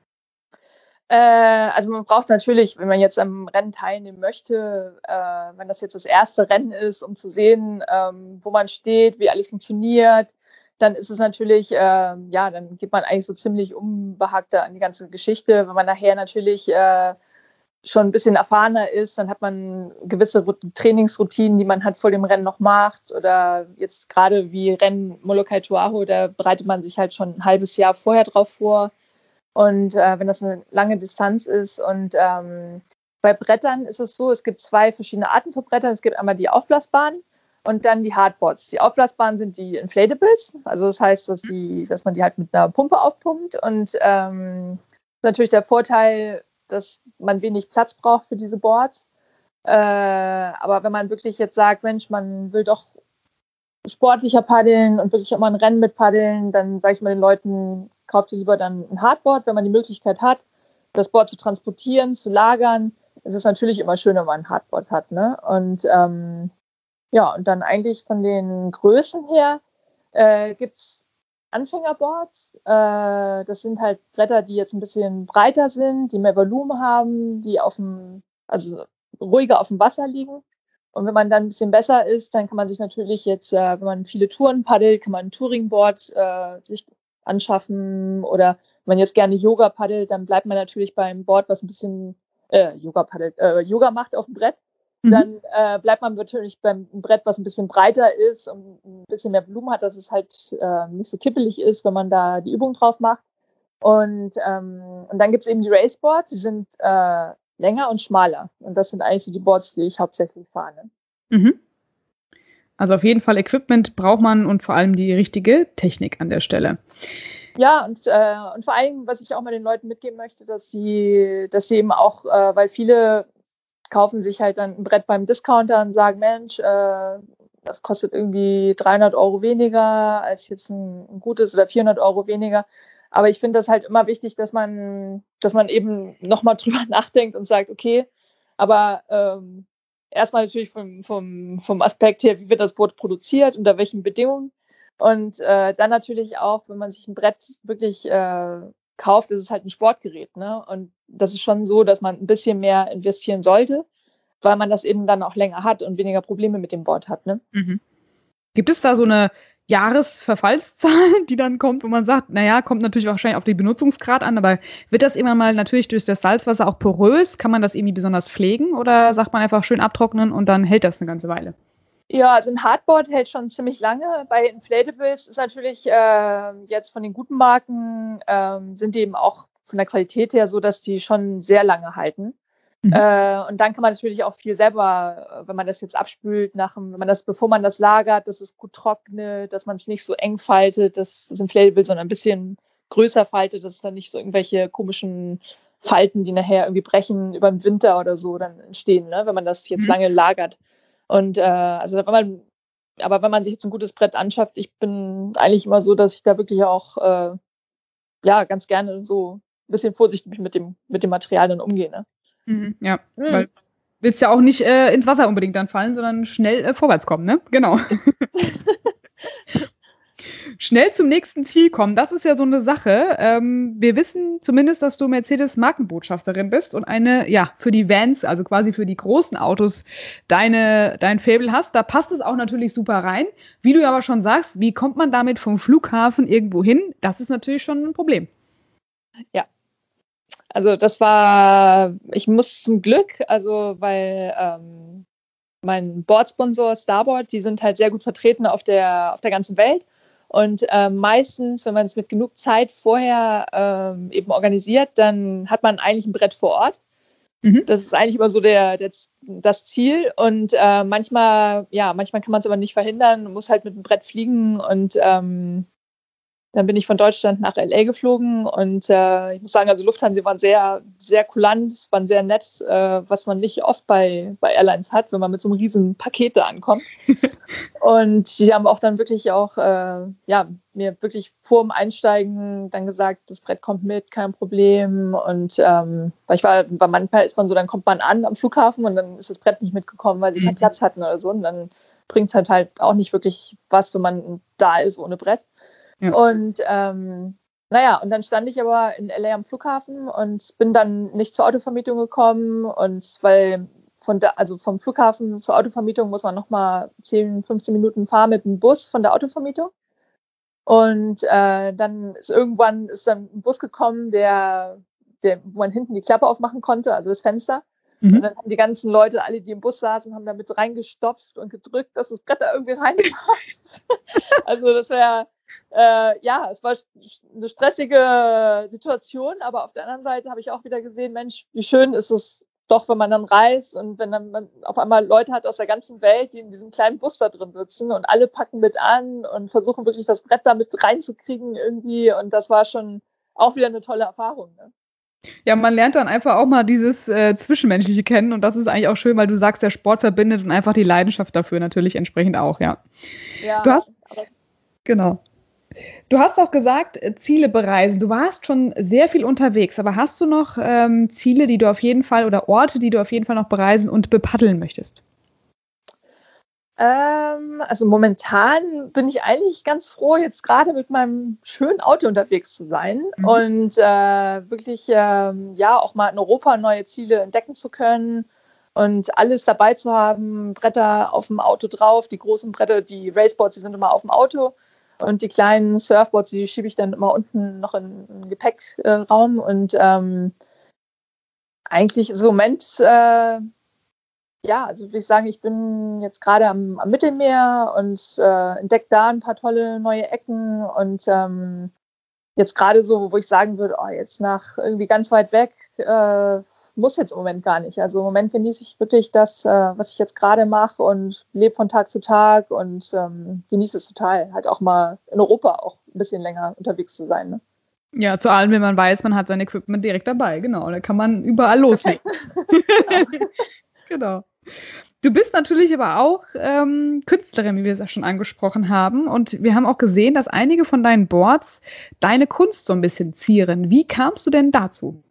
Äh, also man braucht natürlich, wenn man jetzt am Rennen teilnehmen möchte, äh, wenn das jetzt das erste Rennen ist, um zu sehen, ähm, wo man steht, wie alles funktioniert, dann ist es natürlich, äh, ja, dann geht man eigentlich so ziemlich unbehagter an die ganze Geschichte. Wenn man nachher natürlich äh, schon ein bisschen erfahrener ist, dann hat man gewisse Trainingsroutinen, die man halt vor dem Rennen noch macht. Oder jetzt gerade wie Rennen Molokai Toahu, da bereitet man sich halt schon ein halbes Jahr vorher drauf vor. Und äh, wenn das eine lange Distanz ist. Und ähm, bei Brettern ist es so, es gibt zwei verschiedene Arten von Brettern. Es gibt einmal die Aufblasbahnen und dann die Hardboards. Die Aufblasbahnen sind die Inflatables. Also das heißt, dass, die, dass man die halt mit einer Pumpe aufpumpt. Und ähm, das ist natürlich der Vorteil, dass man wenig Platz braucht für diese Boards. Äh, aber wenn man wirklich jetzt sagt, Mensch, man will doch sportlicher paddeln und wirklich auch mal ein Rennen mit paddeln, dann sage ich mal den Leuten, kauft ihr lieber dann ein Hardboard, wenn man die Möglichkeit hat, das Board zu transportieren, zu lagern. Es ist natürlich immer schön, wenn man ein Hardboard hat, ne? Und ähm, ja, und dann eigentlich von den Größen her äh, gibt es Anfängerboards, äh, das sind halt Bretter, die jetzt ein bisschen breiter sind, die mehr Volumen haben, die auf dem, also ruhiger auf dem Wasser liegen. Und wenn man dann ein bisschen besser ist, dann kann man sich natürlich jetzt, äh, wenn man viele Touren paddelt, kann man ein Touringboard äh, sich anschaffen. Oder wenn man jetzt gerne Yoga paddelt, dann bleibt man natürlich beim Board, was ein bisschen äh, Yoga paddelt, äh, Yoga macht auf dem Brett. Dann äh, bleibt man natürlich beim Brett, was ein bisschen breiter ist und ein bisschen mehr Volumen hat, dass es halt äh, nicht so kippelig ist, wenn man da die Übung drauf macht. Und, ähm, und dann gibt es eben die Raceboards, die sind äh, länger und schmaler. Und das sind eigentlich so die Boards, die ich hauptsächlich fahre. Ne? Mhm. Also auf jeden Fall Equipment braucht man und vor allem die richtige Technik an der Stelle. Ja, und, äh, und vor allem, was ich auch mal den Leuten mitgeben möchte, dass sie, dass sie eben auch, äh, weil viele kaufen sich halt dann ein Brett beim Discounter und sagen, Mensch, äh, das kostet irgendwie dreihundert Euro weniger als jetzt ein, ein gutes oder vierhundert Euro weniger. Aber ich finde das halt immer wichtig, dass man, dass man eben nochmal drüber nachdenkt und sagt, okay, aber ähm, erstmal natürlich vom, vom, vom Aspekt her, wie wird das Boot produziert, unter welchen Bedingungen. Und äh, dann natürlich auch, wenn man sich ein Brett wirklich äh, kauft, ist es halt ein Sportgerät, ne? Und das ist schon so, dass man ein bisschen mehr investieren sollte, weil man das eben dann auch länger hat und weniger Probleme mit dem Board hat, ne? Mhm. Gibt es da so eine Jahresverfallszahl, die dann kommt, wo man sagt, naja, kommt natürlich wahrscheinlich auf den Benutzungsgrad an, aber wird das immer mal natürlich durch das Salzwasser auch porös? Kann man das irgendwie besonders pflegen oder sagt man einfach schön abtrocknen und dann hält das eine ganze Weile? Ja, also ein Hardboard hält schon ziemlich lange. Bei Inflatables ist natürlich äh, jetzt von den guten Marken, äh, sind die eben auch von der Qualität her so, dass die schon sehr lange halten. Mhm. Äh, und dann kann man natürlich auch viel selber, wenn man das jetzt abspült, nach dem, wenn man das, bevor man das lagert, dass es gut trocknet, dass man es nicht so eng faltet, dass das Inflatable, sondern ein bisschen größer faltet, dass es dann nicht so irgendwelche komischen Falten, die nachher irgendwie brechen über den Winter oder so dann entstehen, ne, wenn man das jetzt mhm. lange lagert. Und äh, also wenn man, aber wenn man sich jetzt ein gutes Brett anschafft, ich bin eigentlich immer so, dass ich da wirklich auch äh, ja ganz gerne so ein bisschen vorsichtig mit dem mit dem Material dann umgehe. Ne? Mhm, ja, mhm. weil willst ja auch nicht äh, ins Wasser unbedingt dann fallen, sondern schnell äh, vorwärts kommen, ne? Genau. schnell zum nächsten Ziel kommen, das ist ja so eine Sache. Ähm, wir wissen zumindest, dass du Mercedes-Markenbotschafterin bist und eine, ja, für die Vans, also quasi für die großen Autos, deine, dein Faible hast. Da passt es auch natürlich super rein. Wie du aber schon sagst, wie kommt man damit vom Flughafen irgendwo hin? Das ist natürlich schon ein Problem. Ja. Also das war, ich muss zum Glück, also weil ähm, mein Boardsponsor Starboard, die sind halt sehr gut vertreten auf der, auf der ganzen Welt. Und äh, meistens, wenn man es mit genug Zeit vorher ähm, eben organisiert, dann hat man eigentlich ein Brett vor Ort. Mhm. Das ist eigentlich immer so der, der, das Ziel. Und äh, manchmal, ja, manchmal kann man es aber nicht verhindern, muss halt mit dem Brett fliegen. Und ähm, dann bin ich von Deutschland nach L A geflogen. Und äh, ich muss sagen, also Lufthansa waren sehr, sehr kulant, waren sehr nett, äh, was man nicht oft bei, bei Airlines hat, wenn man mit so einem riesen Paket da ankommt. Und die haben auch dann wirklich auch, äh, ja, mir wirklich vor dem Einsteigen dann gesagt, das Brett kommt mit, kein Problem. Und ähm, weil ich war, bei manchmal ist man so, dann kommt man an am Flughafen und dann ist das Brett nicht mitgekommen, weil sie keinen Platz hatten oder so. Und dann bringt es halt halt auch nicht wirklich was, wenn man da ist ohne Brett. Ja. Und ähm, naja, und dann stand ich aber in L A am Flughafen und bin dann nicht zur Autovermietung gekommen. Und weil von da, also vom Flughafen zur Autovermietung muss man nochmal zehn, fünfzehn Minuten fahren mit dem Bus von der Autovermietung. Und äh, dann ist irgendwann ist dann ein Bus gekommen, der, der, wo man hinten die Klappe aufmachen konnte, also das Fenster. Mhm. Und dann haben die ganzen Leute, alle, die im Bus saßen, haben da mit reingestopft und gedrückt, dass das Brett da irgendwie reinpasst. Also das wäre, äh, ja, es war eine stressige Situation, aber auf der anderen Seite habe ich auch wieder gesehen, Mensch, wie schön ist es doch, wenn man dann reist und wenn dann man auf einmal Leute hat aus der ganzen Welt, die in diesem kleinen Bus da drin sitzen und alle packen mit an und versuchen wirklich das Brett da mit reinzukriegen irgendwie, und das war schon auch wieder eine tolle Erfahrung, ne? Ja, man lernt dann einfach auch mal dieses äh, Zwischenmenschliche kennen, und das ist eigentlich auch schön, weil du sagst, der Sport verbindet und einfach die Leidenschaft dafür natürlich entsprechend auch, ja. Ja, du hast, aber genau. Du hast auch gesagt, Ziele bereisen. Du warst schon sehr viel unterwegs, aber hast du noch ähm, Ziele, die du auf jeden Fall, oder Orte, die du auf jeden Fall noch bereisen und bepaddeln möchtest? Ähm, also momentan bin ich eigentlich ganz froh, jetzt gerade mit meinem schönen Auto unterwegs zu sein, mhm. und äh, wirklich ähm, ja auch mal in Europa neue Ziele entdecken zu können und alles dabei zu haben, Bretter auf dem Auto drauf, die großen Bretter, die Raceboards, die sind immer auf dem Auto, und die kleinen Surfboards, die schiebe ich dann immer unten noch in den Gepäckraum, und ähm, eigentlich ist im Moment äh, ja, also würde ich sagen, ich bin jetzt gerade am, am Mittelmeer und äh, entdecke da ein paar tolle neue Ecken, und ähm, jetzt gerade so, wo ich sagen würde, oh, jetzt nach irgendwie ganz weit weg, äh, muss jetzt im Moment gar nicht. Also im Moment genieße ich wirklich das, äh, was ich jetzt gerade mache, und lebe von Tag zu Tag und ähm, genieße es total, halt auch mal in Europa auch ein bisschen länger unterwegs zu sein, ne? Ja, zu allem, wenn man weiß, man hat sein Equipment direkt dabei, genau. Da kann man überall loslegen. Genau. Genau. Du bist natürlich aber auch ähm, Künstlerin, wie wir es ja schon angesprochen haben. Und wir haben auch gesehen, dass einige von deinen Boards deine Kunst so ein bisschen zieren. Wie kamst du denn dazu?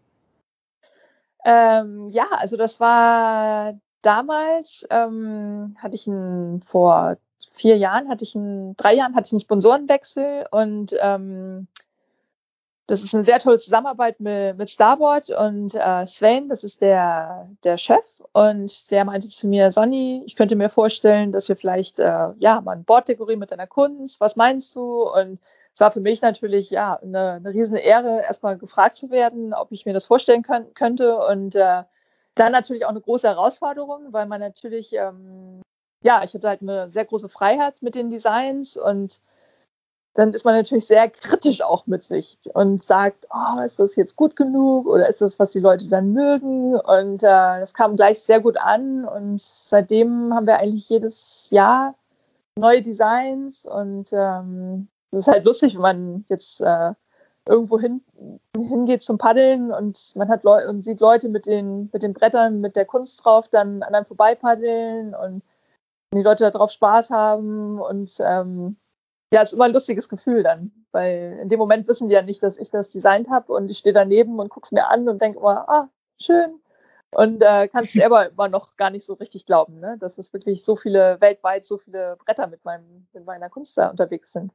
Ähm, ja, also das war damals, ähm, hatte ich einen, vor vier Jahren, hatte ich einen, drei Jahren hatte ich einen Sponsorenwechsel, und ähm, das ist eine sehr tolle Zusammenarbeit mit, mit Starboard und äh, Sven, das ist der, der Chef, und der meinte zu mir, Sonny, ich könnte mir vorstellen, dass wir vielleicht äh, ja, mal ein Board dekorieren mit deiner Kunst, was meinst du? Und es war für mich natürlich ja eine, eine riesen Ehre, erstmal gefragt zu werden, ob ich mir das vorstellen können, könnte, und äh, dann natürlich auch eine große Herausforderung, weil man natürlich, ähm, ja, ich hatte halt eine sehr große Freiheit mit den Designs, und dann ist man natürlich sehr kritisch auch mit sich und sagt, oh, ist das jetzt gut genug oder ist das, was die Leute dann mögen? Und äh, das kam gleich sehr gut an, und seitdem haben wir eigentlich jedes Jahr neue Designs, und ähm, es ist halt lustig, wenn man jetzt äh, irgendwo hin, hingeht zum Paddeln und man hat Leu- und sieht Leute mit den, mit den Brettern, mit der Kunst drauf, dann an einem vorbeipaddeln, und die Leute da drauf Spaß haben, und ähm, ja, es ist immer ein lustiges Gefühl dann, weil in dem Moment wissen die ja nicht, dass ich das designt habe, und ich stehe daneben und gucke es mir an und denke immer, ah, schön. Und äh, kann es selber immer noch gar nicht so richtig glauben, ne? Dass es wirklich so viele, weltweit so viele Bretter mit, meinem, mit meiner Kunst da unterwegs sind.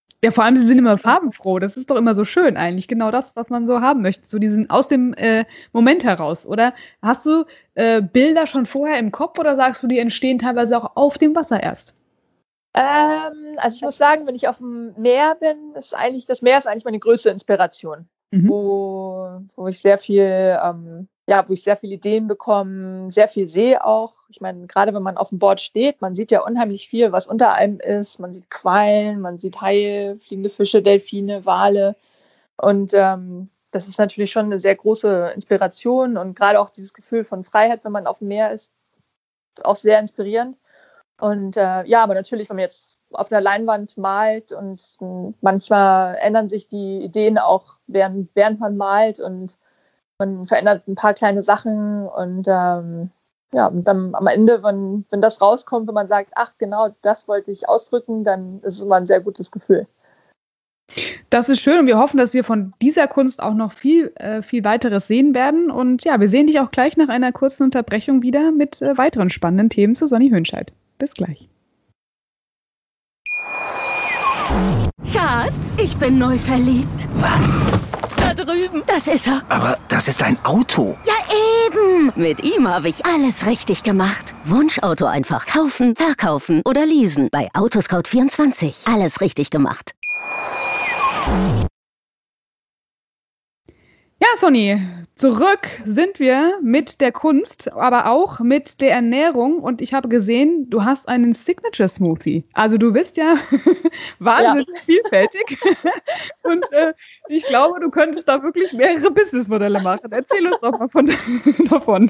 Ja, vor allem, sie sind immer farbenfroh. Das ist doch immer so schön eigentlich. Genau das, was man so haben möchte. So diesen aus dem äh, Moment heraus, oder? Hast du äh, Bilder schon vorher im Kopf oder sagst du, die entstehen teilweise auch auf dem Wasser erst? Ähm, also ich muss sagen, wenn ich auf dem Meer bin, ist eigentlich, das Meer ist eigentlich meine größte Inspiration. Mhm. Wo, wo ich sehr viel, ähm, ja, wo ich sehr viele Ideen bekomme, sehr viel sehe auch. Ich meine, gerade wenn man auf dem Board steht, man sieht ja unheimlich viel, was unter einem ist. Man sieht Quallen, man sieht Haie, fliegende Fische, Delfine, Wale. Und ähm, das ist natürlich schon eine sehr große Inspiration. Und gerade auch dieses Gefühl von Freiheit, wenn man auf dem Meer ist, ist auch sehr inspirierend. Und äh, ja, aber natürlich, wenn man jetzt auf einer Leinwand malt und äh, manchmal ändern sich die Ideen auch, während, während man malt und man verändert ein paar kleine Sachen und ähm, ja, und dann am Ende, wenn, wenn das rauskommt, wenn man sagt, ach genau, das wollte ich ausdrücken, dann ist es immer ein sehr gutes Gefühl. Das ist schön und wir hoffen, dass wir von dieser Kunst auch noch viel, äh, viel weiteres sehen werden. Und ja, wir sehen dich auch gleich nach einer kurzen Unterbrechung wieder mit äh, weiteren spannenden Themen zu Sonny Hönscheid. Bis gleich. Schatz, ich bin neu verliebt. Was? Da drüben. Das ist er. Aber das ist ein Auto. Ja, eben. Mit ihm habe ich alles richtig gemacht. Wunschauto einfach kaufen, verkaufen oder leasen. Bei Autoscout vierundzwanzig. Alles richtig gemacht. Ja, Sonny, zurück sind wir mit der Kunst, aber auch mit der Ernährung. Und ich habe gesehen, du hast einen Signature-Smoothie. Also du bist ja wahnsinnig ja. vielfältig. Und äh, ich glaube, du könntest da wirklich mehrere Businessmodelle machen. Erzähl uns doch mal von, davon.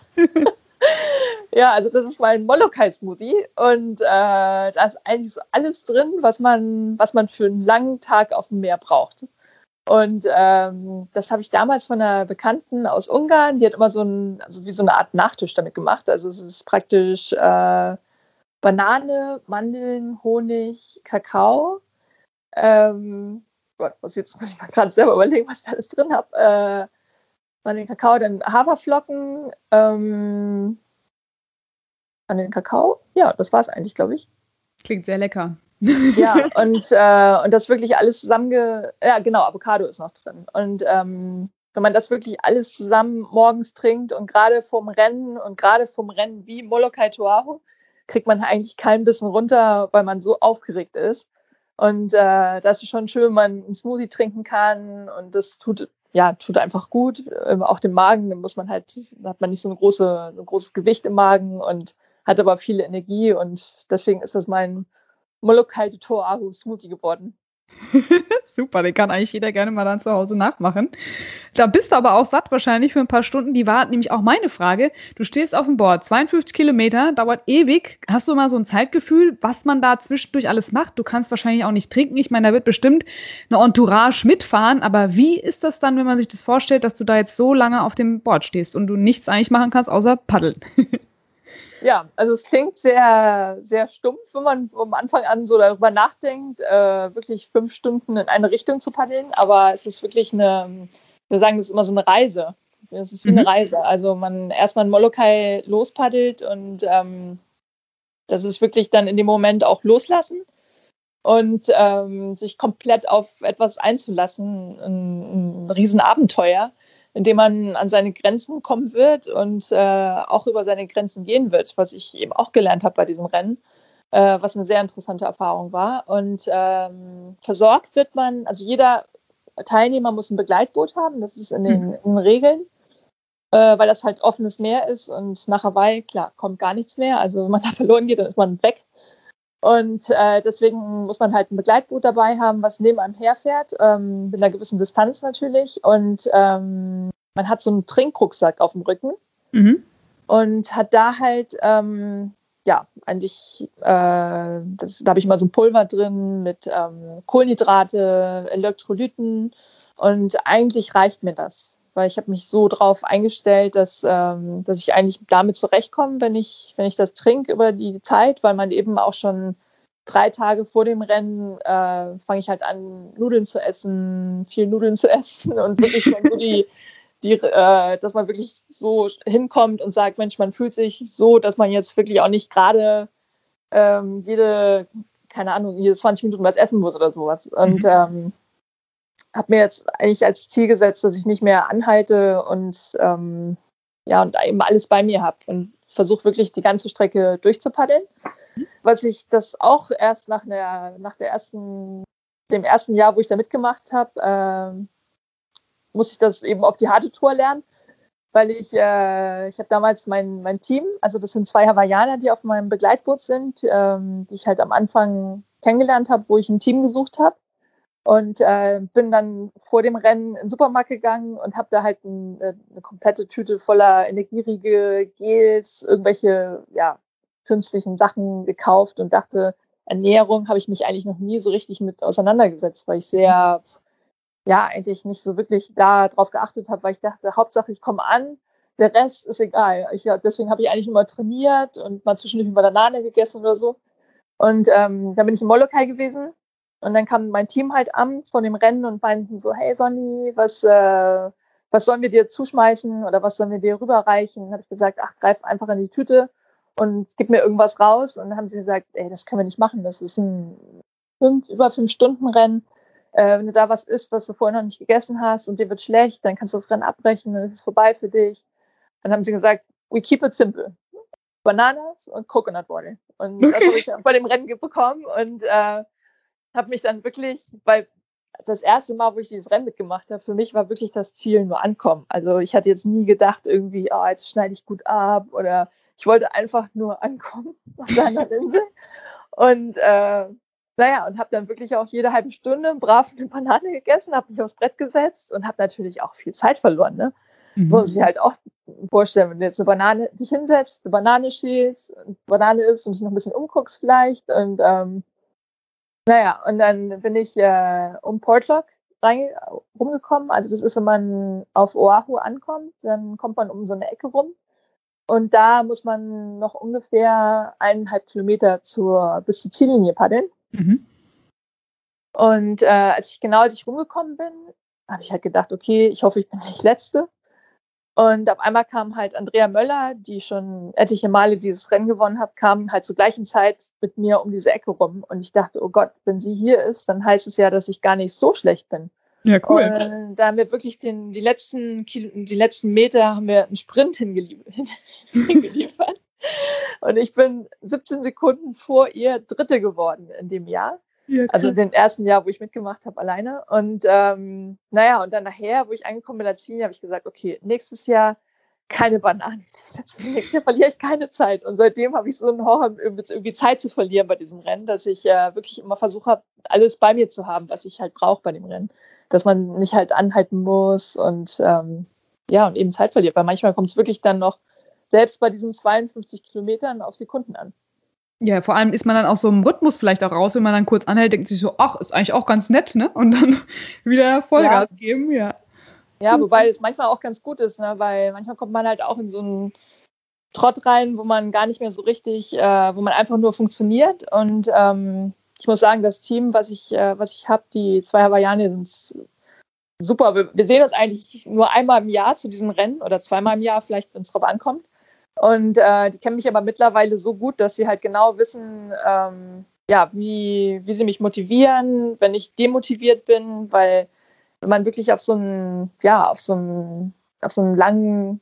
Ja, also das ist mein Molokai-Smoothie. Und äh, da ist eigentlich so alles drin, was man, was man für einen langen Tag auf dem Meer braucht. Und ähm, das habe ich damals von einer Bekannten aus Ungarn, die hat immer so ein, also wie so eine Art Nachtisch damit gemacht. Also es ist praktisch äh, Banane, Mandeln, Honig, Kakao. Ähm, Gott, was jetzt muss ich mal gerade selber überlegen, was ich da alles drin habe. Äh, Mandeln, Kakao, dann Haferflocken, ähm, Mandeln, Kakao. Ja, das war es eigentlich, glaube ich. Klingt sehr lecker. Ja, und, äh, und das wirklich alles zusammenge... Ja, genau, Avocado ist noch drin. Und ähm, wenn man das wirklich alles zusammen morgens trinkt und gerade vorm Rennen und gerade vorm Rennen wie Molokai Toahu, kriegt man eigentlich kein bisschen runter, weil man so aufgeregt ist. Und äh, das ist schon schön, wenn man einen Smoothie trinken kann und das tut, ja, tut einfach gut. Ähm, auch dem Magen, dann muss man halt, dann hat man nicht so, eine große, so ein großes Gewicht im Magen und hat aber viel Energie und deswegen ist das mein Molokai Toahu Smoothie geworden. Super, den kann eigentlich jeder gerne mal dann zu Hause nachmachen. Da bist du aber auch satt wahrscheinlich für ein paar Stunden. Die war nämlich auch meine Frage. Du stehst auf dem Board, zweiundfünfzig Kilometer, dauert ewig. Hast du mal so ein Zeitgefühl, was man da zwischendurch alles macht? Du kannst wahrscheinlich auch nicht trinken. Ich meine, da wird bestimmt eine Entourage mitfahren. Aber wie ist das dann, wenn man sich das vorstellt, dass du da jetzt so lange auf dem Board stehst und du nichts eigentlich machen kannst, außer paddeln? Ja, also es klingt sehr, sehr stumpf, wenn man am Anfang an so darüber nachdenkt, äh, wirklich fünf Stunden in eine Richtung zu paddeln. Aber es ist wirklich eine, wir sagen, das ist immer so eine Reise. Es ist wie mhm. eine Reise. Also man erstmal in Molokai lospaddelt und ähm, das ist wirklich dann in dem Moment auch loslassen und ähm, sich komplett auf etwas einzulassen, ein, ein Riesenabenteuer, in dem man an seine Grenzen kommen wird und äh, auch über seine Grenzen gehen wird, was ich eben auch gelernt habe bei diesem Rennen, äh, was eine sehr interessante Erfahrung war. Und ähm, versorgt wird man, also jeder Teilnehmer muss ein Begleitboot haben, das ist in den, in den Regeln, äh, weil das halt offenes Meer ist und nach Hawaii, klar, kommt gar nichts mehr. Also wenn man da verloren geht, dann ist man weg. Und äh, deswegen muss man halt ein Begleitboot dabei haben, was neben einem herfährt, ähm, mit einer gewissen Distanz natürlich. Und ähm, man hat so einen Trinkrucksack auf dem Rücken mhm. und hat da halt, ähm, ja, eigentlich, äh, das, da habe ich mal so ein Pulver drin mit ähm, Kohlenhydrate, Elektrolyten und eigentlich reicht mir das. Weil ich habe mich so drauf eingestellt, dass, ähm, dass ich eigentlich damit zurechtkomme, wenn ich, wenn ich das trinke über die Zeit, weil man eben auch schon drei Tage vor dem Rennen äh, fange ich halt an, Nudeln zu essen, viel Nudeln zu essen und wirklich schon so die, die äh, dass man wirklich so hinkommt und sagt, Mensch, man fühlt sich so, dass man jetzt wirklich auch nicht gerade ähm, jede keine Ahnung, jede zwanzig Minuten was essen muss oder sowas. Und Mhm. ähm, habe mir jetzt eigentlich als Ziel gesetzt, dass ich nicht mehr anhalte und ähm, ja, und eben alles bei mir habe und versuche wirklich die ganze Strecke durchzupaddeln. Was ich das auch erst nach der, nach der ersten, dem ersten Jahr, wo ich da mitgemacht habe, ähm, muss ich das eben auf die harte Tour lernen, weil ich, äh, ich habe damals mein, mein Team, also das sind zwei Hawaiianer, die auf meinem Begleitboot sind, ähm, die ich halt am Anfang kennengelernt habe, wo ich ein Team gesucht habe. Und äh, bin dann vor dem Rennen in den Supermarkt gegangen und habe da halt ein, eine komplette Tüte voller Energieriegel, Gels, irgendwelche ja, künstlichen Sachen gekauft und dachte, Ernährung habe ich mich eigentlich noch nie so richtig mit auseinandergesetzt, weil ich sehr, ja, eigentlich nicht so wirklich da drauf geachtet habe, weil ich dachte, Hauptsache ich komme an, der Rest ist egal. Ich, deswegen habe ich eigentlich nur mal trainiert und mal zwischendurch eine Banane gegessen oder so. Und ähm, dann bin ich in Molokai gewesen. Und dann kam mein Team halt an von dem Rennen und meinten so, hey Sonny, was, äh, was sollen wir dir zuschmeißen oder was sollen wir dir rüberreichen? Dann habe ich gesagt, ach, greif einfach in die Tüte und gib mir irgendwas raus. Und dann haben sie gesagt, ey, das können wir nicht machen. Das ist ein fünf, über fünf Stunden Rennen. Äh, wenn du da was isst, was du vorher noch nicht gegessen hast und dir wird schlecht, dann kannst du das Rennen abbrechen und es ist vorbei für dich. Dann haben sie gesagt, we keep it simple. Bananas und Coconut Water. Und okay. Das habe ich bei dem Rennen bekommen und äh, habe mich dann wirklich, weil das erste Mal, wo ich dieses Rennen mitgemacht habe, für mich war wirklich das Ziel nur ankommen. Also ich hatte jetzt nie gedacht irgendwie, oh, jetzt schneide ich gut ab oder ich wollte einfach nur ankommen auf seiner Insel. Und äh, naja, und habe dann wirklich auch jede halbe Stunde brav eine Banane gegessen, habe mich aufs Brett gesetzt und habe natürlich auch viel Zeit verloren, ne? Mhm. Muss ich halt auch vorstellen, wenn du jetzt eine Banane dich hinsetzt, eine Banane schälst, eine Banane isst und dich noch ein bisschen umguckst vielleicht und ähm, naja, und dann bin ich äh, um Portlock rein, rumgekommen. Also das ist, wenn man auf Oahu ankommt, dann kommt man um so eine Ecke rum. Und da muss man noch ungefähr eineinhalb Kilometer zur, bis zur Ziellinie paddeln. Mhm. Und äh, als ich genau als ich rumgekommen bin, habe ich halt gedacht, okay, ich hoffe, ich bin nicht Letzte. Und auf einmal kam halt Andrea Möller, die schon etliche Male dieses Rennen gewonnen hat, kam halt zur gleichen Zeit mit mir um diese Ecke rum. Und ich dachte, oh Gott, wenn sie hier ist, dann heißt es ja, dass ich gar nicht so schlecht bin. Ja, cool. Und da haben wir wirklich den, die, letzten Kilo, die letzten Meter haben wir einen Sprint hingeliefert. hingeliefert. Und ich bin siebzehn Sekunden vor ihr Dritte geworden in dem Jahr. Ja, also den ersten Jahr, wo ich mitgemacht habe, alleine. Und ähm, naja, und dann nachher, wo ich angekommen bin als Ziel, habe ich gesagt, okay, nächstes Jahr keine Bananen. Nächstes Jahr verliere ich keine Zeit. Und seitdem habe ich so einen Horror, irgendwie Zeit zu verlieren bei diesem Rennen, dass ich äh, wirklich immer versuche habe, alles bei mir zu haben, was ich halt brauche bei dem Rennen. Dass man nicht halt anhalten muss und ähm, ja, und eben Zeit verliert. Weil manchmal kommt es wirklich dann noch, selbst bei diesen zweiundfünfzig Kilometern, auf Sekunden an. Ja, vor allem ist man dann auch so im Rhythmus vielleicht auch raus, wenn man dann kurz anhält, denkt sich so, ach, ist eigentlich auch ganz nett, ne? Und dann wieder Vollgas ja. geben, ja. Ja, wobei es manchmal auch ganz gut ist, ne? Weil manchmal kommt man halt auch in so einen Trott rein, wo man gar nicht mehr so richtig, äh, wo man einfach nur funktioniert. Und ähm, ich muss sagen, das Team, was ich, äh, was ich habe, die zwei Hawaiianer sind super. Wir, wir sehen uns eigentlich nur einmal im Jahr zu diesen Rennen oder zweimal im Jahr, vielleicht, wenn es drauf ankommt. Und äh, die kennen mich aber mittlerweile so gut, dass sie halt genau wissen, ähm, ja, wie, wie sie mich motivieren, wenn ich demotiviert bin, weil wenn man wirklich auf so einem, ja, auf so einem, auf so einem langen,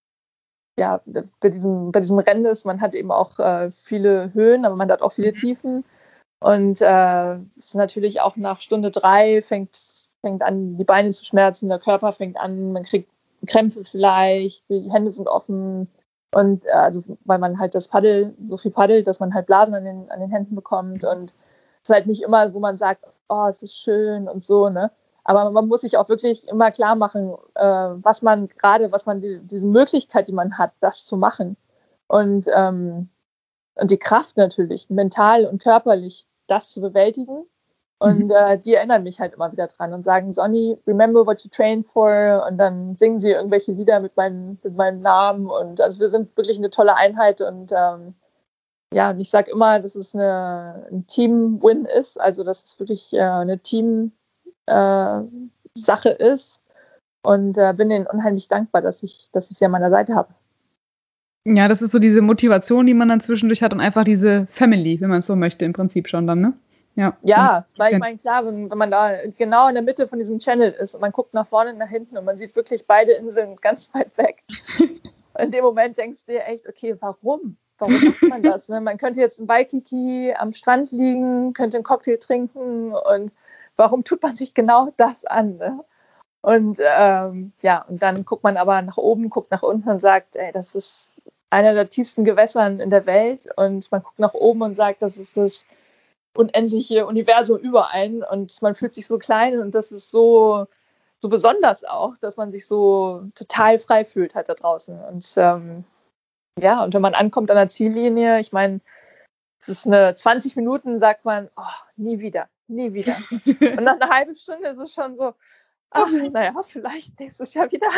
ja, bei diesem, bei diesem Rennen ist, man hat eben auch äh, viele Höhen, aber man hat auch viele Tiefen. Und äh, es ist natürlich auch nach Stunde drei fängt, fängt an, die Beine zu schmerzen, der Körper fängt an, man kriegt Krämpfe vielleicht, die Hände sind offen. Und äh, also, weil man halt das Paddel, so viel paddelt, dass man halt Blasen an den, an den Händen bekommt. Und es ist halt nicht immer, wo man sagt, oh, es ist schön und so, ne? Aber man muss sich auch wirklich immer klar machen, äh, was man gerade, was man, die, diese Möglichkeit, die man hat, das zu machen. Und, ähm, und die Kraft natürlich, mental und körperlich, das zu bewältigen. Und mhm. äh, die erinnern mich halt immer wieder dran und sagen, Sonny, remember what you trained for. Und dann singen sie irgendwelche Lieder mit meinem, mit meinem Namen. Und also wir sind wirklich eine tolle Einheit. Und ähm, ja, und ich sage immer, dass es eine, ein Team-Win ist. Also dass es wirklich äh, eine Team- äh, Sache ist. Und äh, bin denen unheimlich dankbar, dass ich, dass ich sie an meiner Seite habe. Ja, das ist so diese Motivation, die man dann zwischendurch hat und einfach diese Family, wenn man es so möchte, im Prinzip schon dann, ne? Ja, ja, weil ich meine, klar, wenn, wenn man da genau in der Mitte von diesem Channel ist und man guckt nach vorne und nach hinten und man sieht wirklich beide Inseln ganz weit weg. In dem Moment denkst du dir echt, okay, warum? Warum macht man das? Ne? Man könnte jetzt in Waikiki am Strand liegen, könnte einen Cocktail trinken und warum tut man sich genau das an? Ne? Und ähm, ja, und dann guckt man aber nach oben, guckt nach unten und sagt, ey, das ist einer der tiefsten Gewässern in der Welt, und man guckt nach oben und sagt, das ist das unendliche Universum über einen, und man fühlt sich so klein, und das ist so, so besonders auch, dass man sich so total frei fühlt halt da draußen. Und ähm, ja, und wenn man ankommt an der Ziellinie, ich meine, es ist eine zwanzig Minuten, sagt man, oh, nie wieder, nie wieder. Und nach einer halben Stunde ist es schon so, ach, naja, vielleicht nächstes Jahr wieder.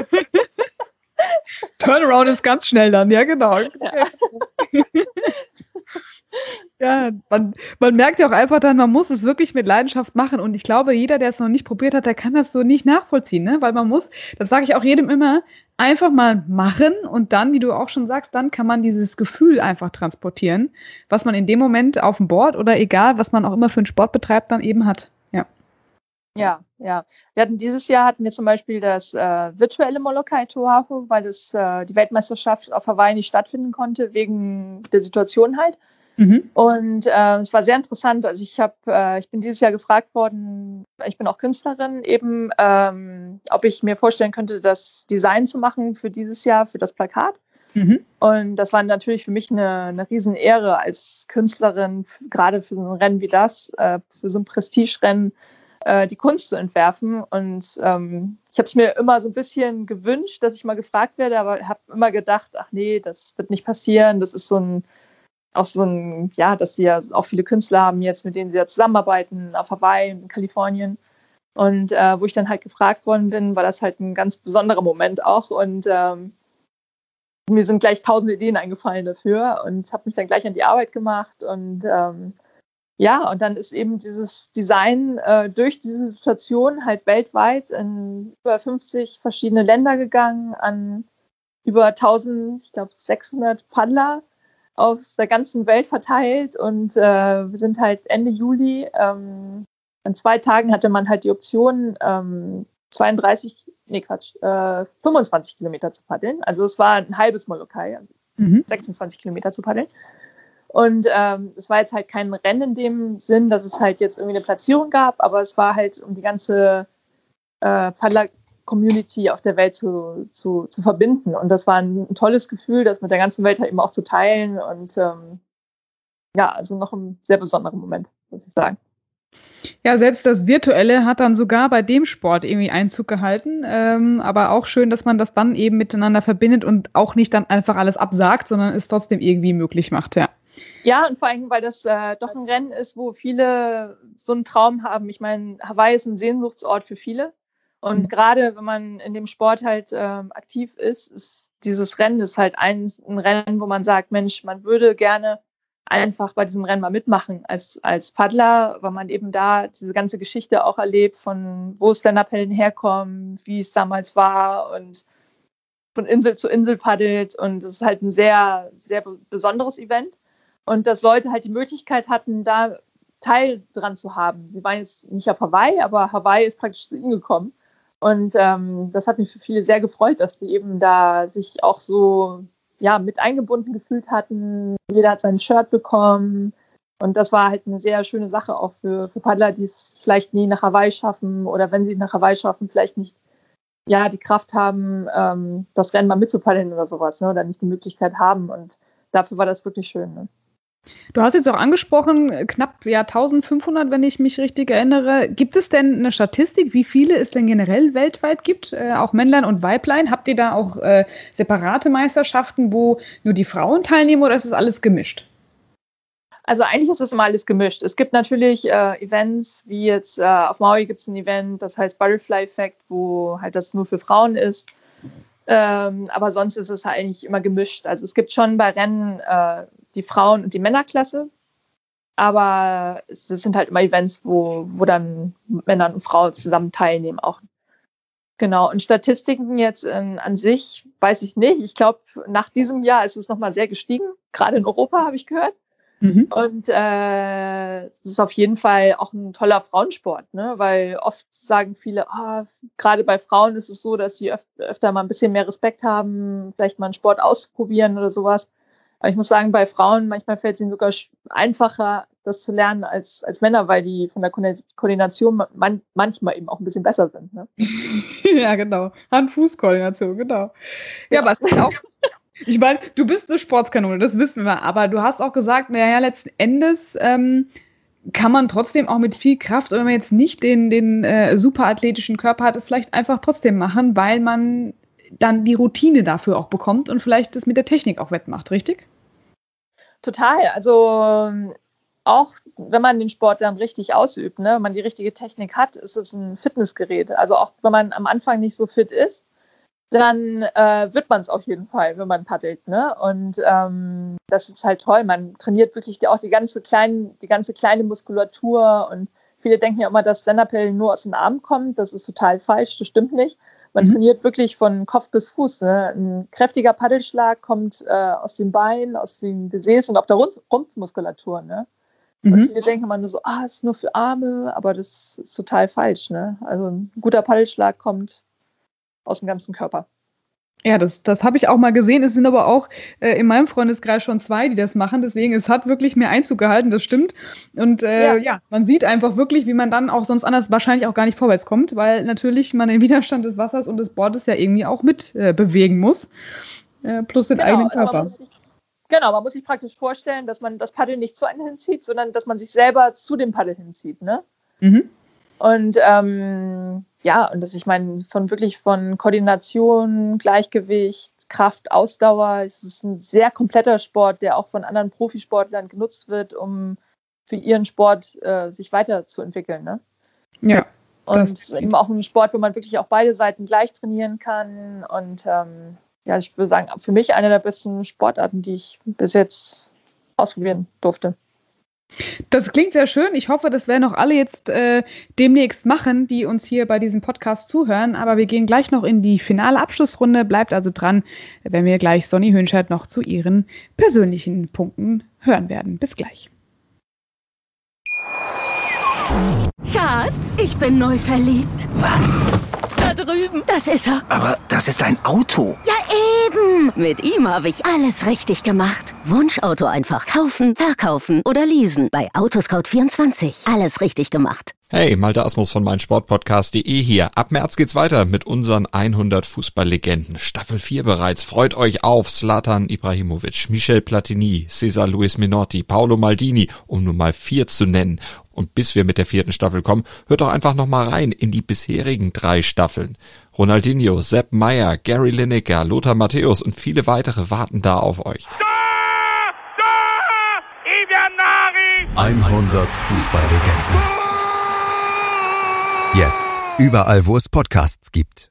Turnaround ist ganz schnell dann, ja genau. Ja, ja man, man merkt ja auch einfach dann, man muss es wirklich mit Leidenschaft machen, und ich glaube, jeder, der es noch nicht probiert hat, der kann das so nicht nachvollziehen, ne? Weil man muss, das sage ich auch jedem immer, einfach mal machen, und dann, wie du auch schon sagst, dann kann man dieses Gefühl einfach transportieren, was man in dem Moment auf dem Board oder egal, was man auch immer für einen Sport betreibt, dann eben hat. Ja. Ja, ja. Wir hatten dieses Jahr hatten wir zum Beispiel das äh, virtuelle Molokai Tohahu, weil das, äh, die Weltmeisterschaft auf Hawaii nicht stattfinden konnte, wegen der Situation halt. Mhm. Und äh, es war sehr interessant. Also ich habe, äh, ich bin dieses Jahr gefragt worden, ich bin auch Künstlerin, eben, ähm, ob ich mir vorstellen könnte, das Design zu machen für dieses Jahr, für das Plakat. Mhm. Und das war natürlich für mich eine, eine Riesenehre als Künstlerin, gerade für so ein Rennen wie das, äh, für so ein Prestigerennen, die Kunst zu entwerfen. Und ähm, ich habe es mir immer so ein bisschen gewünscht, dass ich mal gefragt werde, aber habe immer gedacht, ach nee, das wird nicht passieren. Das ist so ein, auch so ein, ja, dass sie ja auch viele Künstler haben jetzt, mit denen sie ja zusammenarbeiten, auf Hawaii und in Kalifornien. Und äh, wo ich dann halt gefragt worden bin, war das halt ein ganz besonderer Moment auch. Und ähm, mir sind gleich tausend Ideen eingefallen dafür, und habe mich dann gleich an die Arbeit gemacht. Und ähm, ja, und dann ist eben dieses Design äh, durch diese Situation halt weltweit in über fünfzig verschiedene Länder gegangen, an über tausend, ich glaube sechshundert Paddler auf der ganzen Welt verteilt, und äh, wir sind halt Ende Juli, ähm, an zwei Tagen hatte man halt die Option, ähm, zweiunddreißig, nee Quatsch, äh, fünfundzwanzig Kilometer zu paddeln. Also es war ein halbes Molokai, also mhm. sechsundzwanzig Kilometer zu paddeln. Und ähm, es war jetzt halt kein Rennen in dem Sinn, dass es halt jetzt irgendwie eine Platzierung gab, aber es war halt, um die ganze äh, Paddler-Community auf der Welt zu, zu, zu verbinden. Und das war ein, ein tolles Gefühl, das mit der ganzen Welt halt eben auch zu teilen. Und ähm, ja, also noch ein sehr besonderer Moment, muss ich sagen. Ja, selbst das Virtuelle hat dann sogar bei dem Sport irgendwie Einzug gehalten. Ähm, aber auch schön, dass man das dann eben miteinander verbindet und auch nicht dann einfach alles absagt, sondern es trotzdem irgendwie möglich macht, ja. Ja, und vor allem, weil das äh, doch ein Rennen ist, wo viele so einen Traum haben. Ich meine, Hawaii ist ein Sehnsuchtsort für viele. Und mhm. gerade wenn man in dem Sport halt ähm, aktiv ist, ist dieses Rennen ist halt ein, ein Rennen, wo man sagt, Mensch, man würde gerne einfach bei diesem Rennen mal mitmachen als, als Paddler, weil man eben da diese ganze Geschichte auch erlebt, von wo Stand-Up-Helden herkommen, wie es damals war, und von Insel zu Insel paddelt. Und es ist halt ein sehr, sehr besonderes Event. Und dass Leute halt die Möglichkeit hatten, da Teil dran zu haben. Sie waren jetzt nicht auf Hawaii, aber Hawaii ist praktisch zu ihnen gekommen. Und ähm, das hat mich für viele sehr gefreut, dass sie eben da sich auch so ja, mit eingebunden gefühlt hatten. Jeder hat sein Shirt bekommen. Und das war halt eine sehr schöne Sache auch für, für Paddler, die es vielleicht nie nach Hawaii schaffen, oder wenn sie nach Hawaii schaffen, vielleicht nicht ja, die Kraft haben, ähm, das Rennen mal mitzupaddeln oder sowas, ne, oder nicht die Möglichkeit haben. Und dafür war das wirklich schön, ne? Du hast jetzt auch angesprochen, knapp ja, eintausendfünfhundert, wenn ich mich richtig erinnere. Gibt es denn eine Statistik, wie viele es denn generell weltweit gibt, äh, auch Männlein und Weiblein? Habt ihr da auch äh, separate Meisterschaften, wo nur die Frauen teilnehmen, oder ist es alles gemischt? Also eigentlich ist es immer alles gemischt. Es gibt natürlich äh, Events, wie jetzt äh, auf Maui gibt es ein Event, das heißt Butterfly Effect, wo halt das nur für Frauen ist. Ähm, aber sonst ist es eigentlich immer gemischt. Also es gibt schon bei Rennen äh, die Frauen- und die Männerklasse, aber es, es sind halt immer Events, wo, wo dann Männer und Frauen zusammen teilnehmen auch. Genau, und Statistiken jetzt ähm, an sich weiß ich nicht. Ich glaube, nach diesem Jahr ist es nochmal sehr gestiegen, gerade in Europa, habe ich gehört. Mhm. Und äh, es ist auf jeden Fall auch ein toller Frauensport, ne? Weil oft sagen viele, oh, gerade bei Frauen ist es so, dass sie öf- öfter mal ein bisschen mehr Respekt haben, vielleicht mal einen Sport auszuprobieren oder sowas. Aber ich muss sagen, bei Frauen manchmal fällt es ihnen sogar einfacher, das zu lernen als, als Männer, weil die von der Koordination man, manchmal eben auch ein bisschen besser sind. Ne? Ja, genau. Hand-Fuß-Koordination, genau. Ja, ja, aber es ist auch, ich meine, du bist eine Sportskanone, das wissen wir, aber du hast auch gesagt, naja, letzten Endes ähm, kann man trotzdem auch mit viel Kraft, wenn man jetzt nicht den, den äh, superathletischen Körper hat, es vielleicht einfach trotzdem machen, weil man dann die Routine dafür auch bekommt und vielleicht das mit der Technik auch wettmacht, richtig? Total, also auch wenn man den Sport dann richtig ausübt, ne, wenn man die richtige Technik hat, ist es ein Fitnessgerät. Also auch wenn man am Anfang nicht so fit ist, dann äh, wird man es auf jeden Fall, wenn man paddelt. Ne? Und ähm, das ist halt toll. Man trainiert wirklich die, auch die ganze, kleinen, die ganze kleine Muskulatur. Und viele denken ja immer, dass Stand-Up-Paddeln nur aus dem Arm kommt. Das ist total falsch, das stimmt nicht. Man mhm. trainiert wirklich von Kopf bis Fuß. Ne? Ein kräftiger Paddelschlag kommt äh, aus den Beinen, aus den Gesäß und auf der Rumpf- Rumpfmuskulatur. Ne? Mhm. Und viele denken immer nur so, ah, es ist nur für Arme, aber das ist total falsch. Ne? Also ein guter Paddelschlag kommt aus dem ganzen Körper. Ja, das, das habe ich auch mal gesehen. Es sind aber auch äh, in meinem Freundeskreis schon zwei, die das machen. Deswegen, es hat wirklich mehr Einzug gehalten, das stimmt. Und äh, ja. ja, man sieht einfach wirklich, wie man dann auch sonst anders wahrscheinlich auch gar nicht vorwärts kommt, weil natürlich man den Widerstand des Wassers und des Bordes ja irgendwie auch mit äh, bewegen muss. Äh, plus den genau, eigenen also Körper. Man sich, genau, man muss sich praktisch vorstellen, dass man das Paddel nicht zu einem hinzieht, sondern dass man sich selber zu dem Paddel hinzieht. Ne? Mhm. Und ähm, ja, und das, ich meine, von wirklich von Koordination, Gleichgewicht, Kraft, Ausdauer, es ist ein sehr kompletter Sport, der auch von anderen Profisportlern genutzt wird, um für ihren Sport äh, sich weiterzuentwickeln. Ne? Ja. Und es ist eben auch ein Sport, wo man wirklich auch beide Seiten gleich trainieren kann. Und ähm, ja, ich würde sagen, für mich eine der besten Sportarten, die ich bis jetzt ausprobieren durfte. Das klingt sehr schön. Ich hoffe, das werden auch alle jetzt äh, demnächst machen, die uns hier bei diesem Podcast zuhören. Aber wir gehen gleich noch in die finale Abschlussrunde. Bleibt also dran, wenn wir gleich Sonny Hönschert noch zu ihren persönlichen Punkten hören werden. Bis gleich. Schatz, ich bin neu verliebt. Was? Da drüben. Das ist er. Aber das ist ein Auto. Ja, eben. Mit ihm habe ich alles richtig gemacht. Wunschauto einfach kaufen, verkaufen oder leasen. Bei Autoscout vierundzwanzig. Alles richtig gemacht. Hey, Malte Asmus von meinsportpodcast punkt de hier. Ab März geht's weiter mit unseren hundert Fußballlegenden. Staffel vier bereits. Freut euch auf Zlatan Ibrahimovic, Michel Platini, Cesar Luis Minotti, Paolo Maldini, um nur mal vier zu nennen. Und bis wir mit der vierten Staffel kommen, hört doch einfach noch mal rein in die bisherigen drei Staffeln. Ronaldinho, Sepp Maier, Gary Lineker, Lothar Matthäus und viele weitere warten da auf euch. hundert Fußballlegenden. Jetzt überall, wo es Podcasts gibt.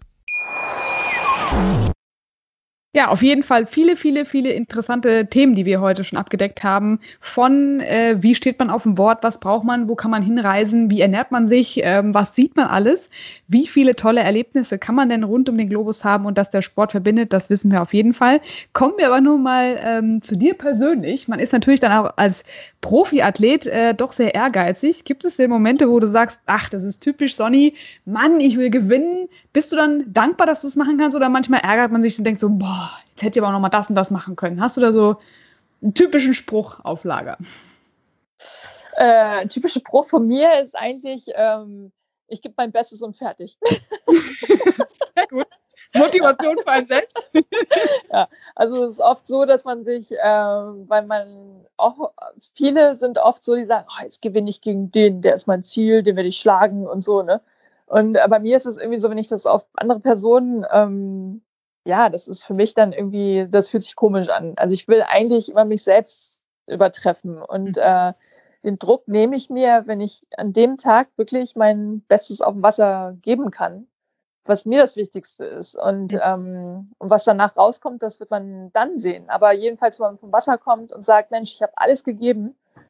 Ja, auf jeden Fall viele, viele, viele interessante Themen, die wir heute schon abgedeckt haben. Von äh, wie steht man auf dem Board, was braucht man, wo kann man hinreisen, wie ernährt man sich, ähm, was sieht man alles, wie viele tolle Erlebnisse kann man denn rund um den Globus haben und dass der Sport verbindet, das wissen wir auf jeden Fall. Kommen wir aber nur mal ähm, zu dir persönlich. Man ist natürlich dann auch als Profiathlet äh, doch sehr ehrgeizig. Gibt es denn Momente, wo du sagst, ach, das ist typisch Sonny, Mann, ich will gewinnen? Bist du dann dankbar, dass du es machen kannst oder manchmal ärgert man sich und denkt so, boah, jetzt hätte ich aber auch noch mal das und das machen können. Hast du da so einen typischen Spruch auf Lager? Äh, ein typischer Spruch von mir ist eigentlich, ähm, ich gebe mein Bestes und fertig. Sehr gut. Motivation für einen selbst. Ja, also es ist oft so, dass man sich, äh, weil man auch, viele sind oft so, die sagen, oh, jetzt gewinne ich gegen den, der ist mein Ziel, den werde ich schlagen und so, ne? Und äh, bei mir ist es irgendwie so, wenn ich das auf andere Personen, ähm, ja, das ist für mich dann irgendwie, das fühlt sich komisch an. Also ich will eigentlich immer mich selbst übertreffen und äh, den Druck nehme ich mir, wenn ich an dem Tag wirklich mein Bestes auf dem Wasser geben kann, was mir das Wichtigste ist. Und, ähm, und was danach rauskommt, das wird man dann sehen. Aber jedenfalls, wenn man vom Wasser kommt und sagt, Mensch, ich habe alles gegeben,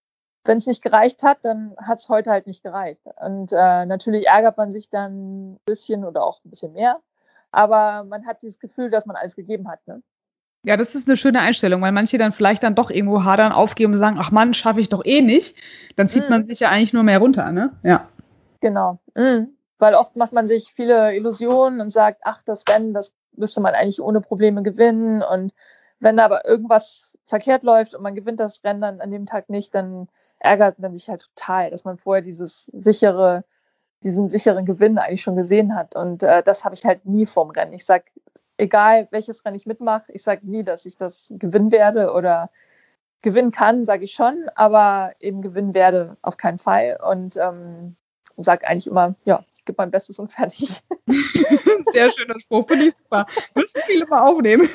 wenn es nicht gereicht hat, dann hat es heute halt nicht gereicht. Und äh, natürlich ärgert man sich dann ein bisschen oder auch ein bisschen mehr. Aber man hat dieses Gefühl, dass man alles gegeben hat. Ne? Ja, das ist eine schöne Einstellung, weil manche dann vielleicht dann doch irgendwo hadern, aufgeben und sagen, ach Mann, schaffe ich doch eh nicht. Dann zieht mm. man sich ja eigentlich nur mehr runter, ne? Ja. Genau. Mm. Weil oft macht man sich viele Illusionen und sagt, ach, das Rennen, das müsste man eigentlich ohne Probleme gewinnen. Und wenn da aber irgendwas verkehrt läuft und man gewinnt das Rennen dann an dem Tag nicht, dann ärgert man sich halt total, dass man vorher dieses sichere, diesen sicheren Gewinn eigentlich schon gesehen hat. Und äh, das habe ich halt nie vorm Rennen. Ich sage, egal welches Rennen ich mitmache, ich sage nie, dass ich das gewinnen werde oder gewinnen kann, sage ich schon, aber eben gewinnen werde auf keinen Fall. Und ähm, sage eigentlich immer, ja, ich gebe mein Bestes und fertig. Sehr schöner Spruch, finde ich super. Müssen viele mal aufnehmen.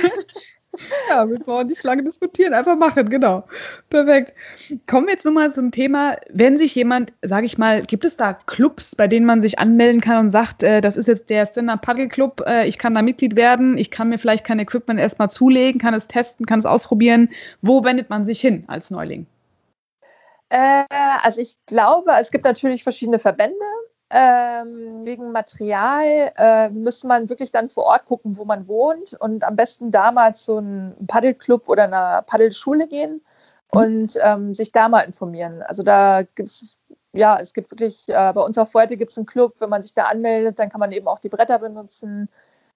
Ja, wir brauchen nicht lange diskutieren, einfach machen, genau. Perfekt. Kommen wir jetzt nochmal zum Thema, wenn sich jemand, sage ich mal, gibt es da Clubs, bei denen man sich anmelden kann und sagt, äh, das ist jetzt der Stand-Up-Paddle-Club, äh, ich kann da Mitglied werden, ich kann mir vielleicht kein Equipment erstmal zulegen, kann es testen, kann es ausprobieren. Wo wendet man sich hin als Neuling? Äh, also ich glaube, es gibt natürlich verschiedene Verbände. Ähm, wegen Material äh, müsste man wirklich dann vor Ort gucken, wo man wohnt und am besten da mal zu einem Paddelclub oder einer Paddelschule gehen und ähm, sich da mal informieren. Also da gibt es, ja, es gibt wirklich, äh, bei uns auf Fuerte gibt es einen Club, wenn man sich da anmeldet, dann kann man eben auch die Bretter benutzen.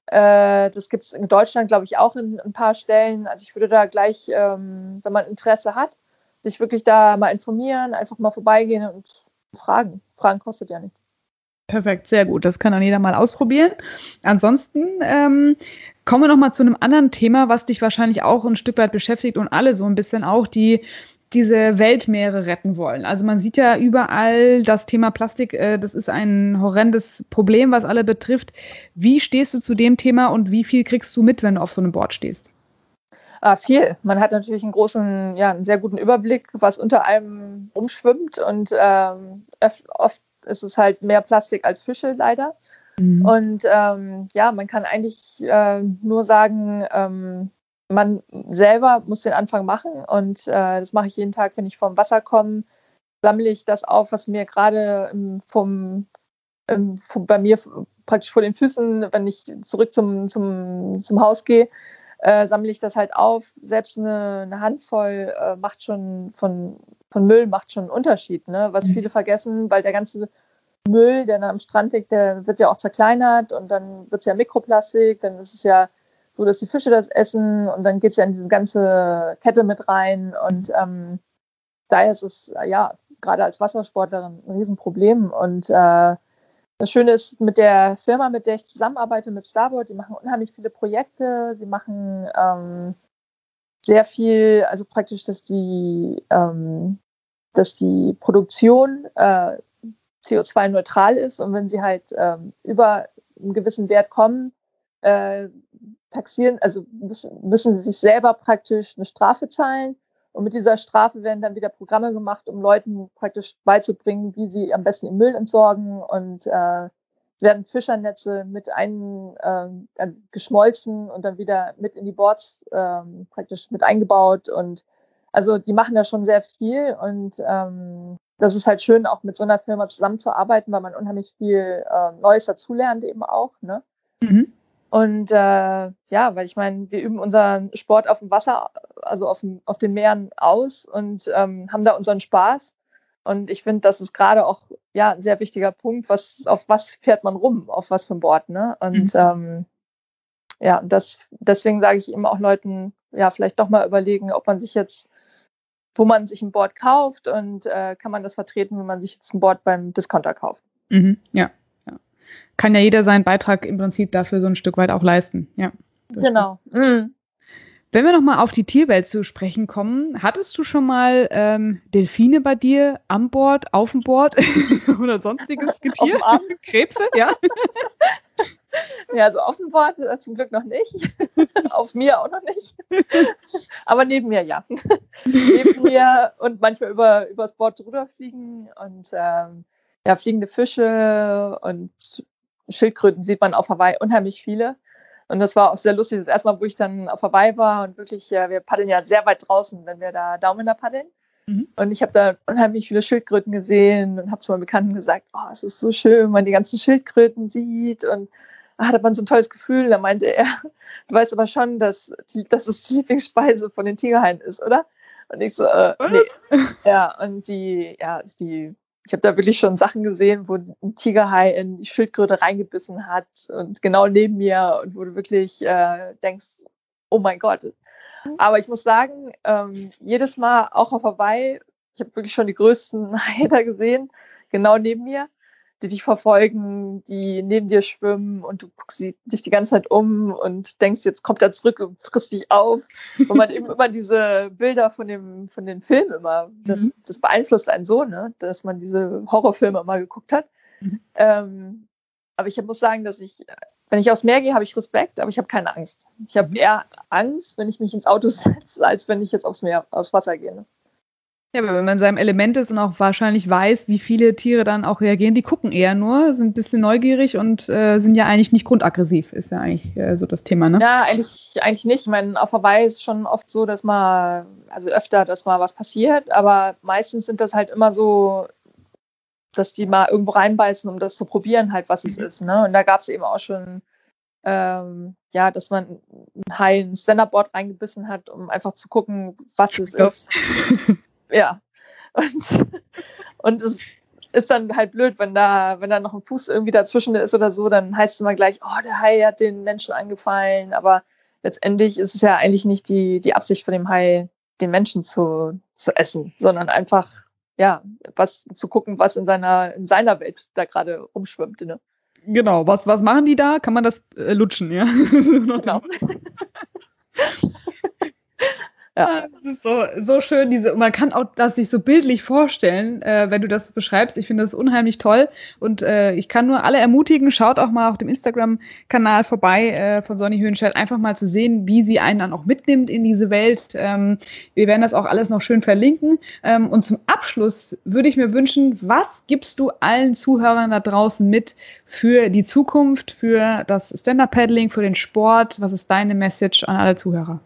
Äh, das gibt es in Deutschland, glaube ich, auch in, in ein paar Stellen. Also ich würde da gleich, ähm, wenn man Interesse hat, sich wirklich da mal informieren, einfach mal vorbeigehen und fragen. Fragen kostet ja nichts. Perfekt, sehr gut. Das kann dann jeder mal ausprobieren. Ansonsten ähm, kommen wir noch mal zu einem anderen Thema, was dich wahrscheinlich auch ein Stück weit beschäftigt und alle so ein bisschen auch, die diese Weltmeere retten wollen. Also man sieht ja überall das Thema Plastik, äh, das ist ein horrendes Problem, was alle betrifft. Wie stehst du zu dem Thema und wie viel kriegst du mit, wenn du auf so einem Board stehst? Ah, viel. Man hat natürlich einen großen, ja, einen sehr guten Überblick, was unter einem rumschwimmt und ähm, oft ist es halt mehr Plastik als Fische leider. Mhm. Und ähm, ja, man kann eigentlich äh, nur sagen, ähm, man selber muss den Anfang machen und äh, das mache ich jeden Tag, wenn ich vom Wasser komme, sammle ich das auf, was mir gerade ähm, vom, ähm, vom, bei mir praktisch vor den Füßen, wenn ich zurück zum, zum, zum Haus gehe, äh, sammle ich das halt auf. Selbst eine, eine Handvoll äh, macht schon von, von Müll macht schon einen Unterschied, ne? Was mhm. viele vergessen, weil der ganze Müll, der dann am Strand liegt, der wird ja auch zerkleinert und dann wird es ja Mikroplastik, dann ist es ja so, dass die Fische das essen und dann geht es ja in diese ganze Kette mit rein und ähm, daher ist es ja gerade als Wassersportlerin ein Riesenproblem und äh, das Schöne ist, mit der Firma, mit der ich zusammenarbeite, mit Starboard, die machen unheimlich viele Projekte. Sie machen ähm, sehr viel, also praktisch, dass die, ähm, dass die Produktion äh, C O zwei neutral ist. Und wenn sie halt ähm, über einen gewissen Wert kommen, äh, taxieren, also müssen, müssen sie sich selber praktisch eine Strafe zahlen. Und mit dieser Strafe werden dann wieder Programme gemacht, um Leuten praktisch beizubringen, wie sie am besten den Müll entsorgen. Und äh, werden Fischernetze mit ein, äh, geschmolzen und dann wieder mit in die Boards äh, praktisch mit eingebaut. Und also die machen da schon sehr viel. Und ähm, das ist halt schön, auch mit so einer Firma zusammenzuarbeiten, weil man unheimlich viel äh, Neues dazulernt eben auch. Ne? Mhm. Und äh, ja, weil ich meine, wir üben unseren Sport auf dem Wasser, also auf, dem, auf den Meeren aus und ähm, haben da unseren Spaß. Und ich finde, das ist gerade auch ja ein sehr wichtiger Punkt, was auf was fährt man rum, auf was für ein Board, ne? Und mhm. ähm, ja, das deswegen sage ich eben auch Leuten, ja, vielleicht doch mal überlegen, ob man sich jetzt, wo man sich ein Board kauft und äh, kann man das vertreten, wenn man sich jetzt ein Board beim Discounter kauft. Mhm. Ja. Kann ja jeder seinen Beitrag im Prinzip dafür so ein Stück weit auch leisten. Ja, genau. Mhm. Wenn wir nochmal auf die Tierwelt zu sprechen kommen, hattest du schon mal ähm, Delfine bei dir am Bord, auf dem Board oder sonstiges Getier? Krebse, ja? Ja, also auf dem Board äh, zum Glück noch nicht. Auf mir auch noch nicht. Aber neben mir ja. Neben mir und manchmal über übers Board drüber fliegen und ähm, ja, fliegende Fische und Schildkröten sieht man auf Hawaii unheimlich viele. Und das war auch sehr lustig. Das erste Mal, wo ich dann auf Hawaii war und wirklich, ja, wir paddeln ja sehr weit draußen, wenn wir da Daumen da paddeln. Mhm. Und ich habe da unheimlich viele Schildkröten gesehen und habe zu meinem Bekannten gesagt, oh, es ist so schön, wenn man die ganzen Schildkröten sieht und da hat man so ein tolles Gefühl. Da meinte er, du weißt aber schon, dass, die, dass es die Lieblingsspeise von den Tigerhaien ist, oder? Und ich so, äh, nee. Ja, und die, ja, die, ich habe da wirklich schon Sachen gesehen, wo ein Tigerhai in die Schildkröte reingebissen hat und genau neben mir und wo du wirklich äh, denkst, oh mein Gott. Aber ich muss sagen, ähm, jedes Mal, auch auf Hawaii, ich habe wirklich schon die größten Haie da gesehen, genau neben mir, die dich verfolgen, die neben dir schwimmen und du guckst dich die ganze Zeit um und denkst, jetzt kommt er zurück und frisst dich auf. Und man eben immer diese Bilder von dem, von den Filmen immer, das, mhm. das beeinflusst einen so, ne, dass man diese Horrorfilme immer geguckt hat. Mhm. Ähm, aber ich muss sagen, dass ich, wenn ich aufs Meer gehe, habe ich Respekt, aber ich habe keine Angst. Ich habe eher Angst, wenn ich mich ins Auto setze, als wenn ich jetzt aufs Meer, aufs Wasser gehe. Ne? Ja, aber wenn man in seinem Element ist und auch wahrscheinlich weiß, wie viele Tiere dann auch reagieren, die gucken eher nur, sind ein bisschen neugierig und äh, sind ja eigentlich nicht grundaggressiv, ist ja eigentlich äh, so das Thema, ne? Ja, eigentlich, eigentlich nicht. Ich meine, auf Hawaii ist es schon oft so, dass mal, also öfter, dass mal was passiert, aber meistens sind das halt immer so, dass die mal irgendwo reinbeißen, um das zu probieren, halt, was es mhm. ist, ne? Und da gab es eben auch schon, ähm, ja, dass man ein Hai in ein Stand-Up-Board reingebissen hat, um einfach zu gucken, was es ja. ist. Ja, und, und es ist dann halt blöd, wenn da, wenn da noch ein Fuß irgendwie dazwischen ist oder so, dann heißt es immer gleich, oh, der Hai hat den Menschen angefallen, aber letztendlich ist es ja eigentlich nicht die, die Absicht von dem Hai, den Menschen zu, zu essen, sondern einfach, ja, was zu gucken, was in seiner, in seiner Welt da gerade rumschwimmt, ne? Genau, was, was machen die da? Kann man das äh, lutschen, ja? Genau. Ja. Das ist so, so schön, diese, man kann auch das sich so bildlich vorstellen, äh, wenn du das beschreibst. Ich finde das unheimlich toll und äh, ich kann nur alle ermutigen, schaut auch mal auf dem Instagram-Kanal vorbei äh, von Sonny Höhnscheid, einfach mal zu sehen, wie sie einen dann auch mitnimmt in diese Welt. Ähm, wir werden das auch alles noch schön verlinken. Ähm, und zum Abschluss würde ich mir wünschen, was gibst du allen Zuhörern da draußen mit für die Zukunft, für das Stand-Up-Paddling, für den Sport? Was ist deine Message an alle Zuhörer?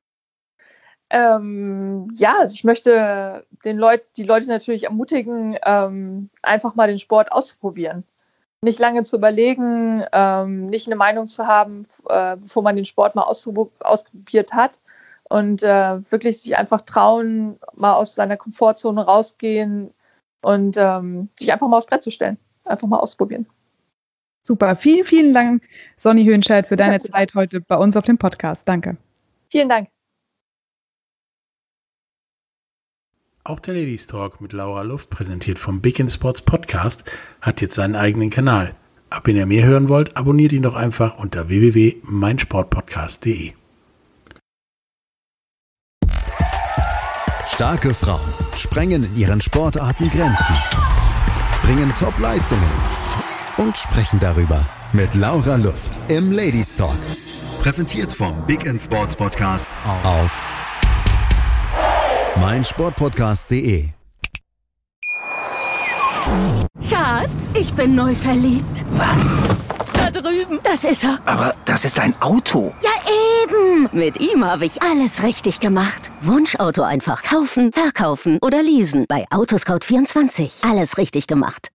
Ähm, ja, also ich möchte den Leut, die Leute natürlich ermutigen, ähm, einfach mal den Sport auszuprobieren. Nicht lange zu überlegen, ähm, nicht eine Meinung zu haben, äh, bevor man den Sport mal auspro- ausprobiert hat. Und äh, wirklich sich einfach trauen, mal aus seiner Komfortzone rausgehen und ähm, sich einfach mal aufs Brett zu stellen. Einfach mal ausprobieren. Super, vielen, vielen Dank, Sonny Höhnscheid, für deine Zeit heute bei uns auf dem Podcast. Danke. Vielen Dank. Auch der Ladies Talk mit Laura Luft, präsentiert vom Big in Sports Podcast, hat jetzt seinen eigenen Kanal. Ab wenn ihr mehr hören wollt, abonniert ihn doch einfach unter w w w punkt mein sport podcast punkt d e. Starke Frauen sprengen in ihren Sportarten Grenzen, bringen Top-Leistungen und sprechen darüber mit Laura Luft im Ladies Talk. Präsentiert vom Big in Sports Podcast auf mein sport podcast punkt d e. Schatz, ich bin neu verliebt. Was? Da drüben. Das ist er. Aber das ist ein Auto. Ja, eben. Mit ihm habe ich alles richtig gemacht. Wunschauto einfach kaufen, verkaufen oder leasen. Bei Autoscout vierundzwanzig. Alles richtig gemacht.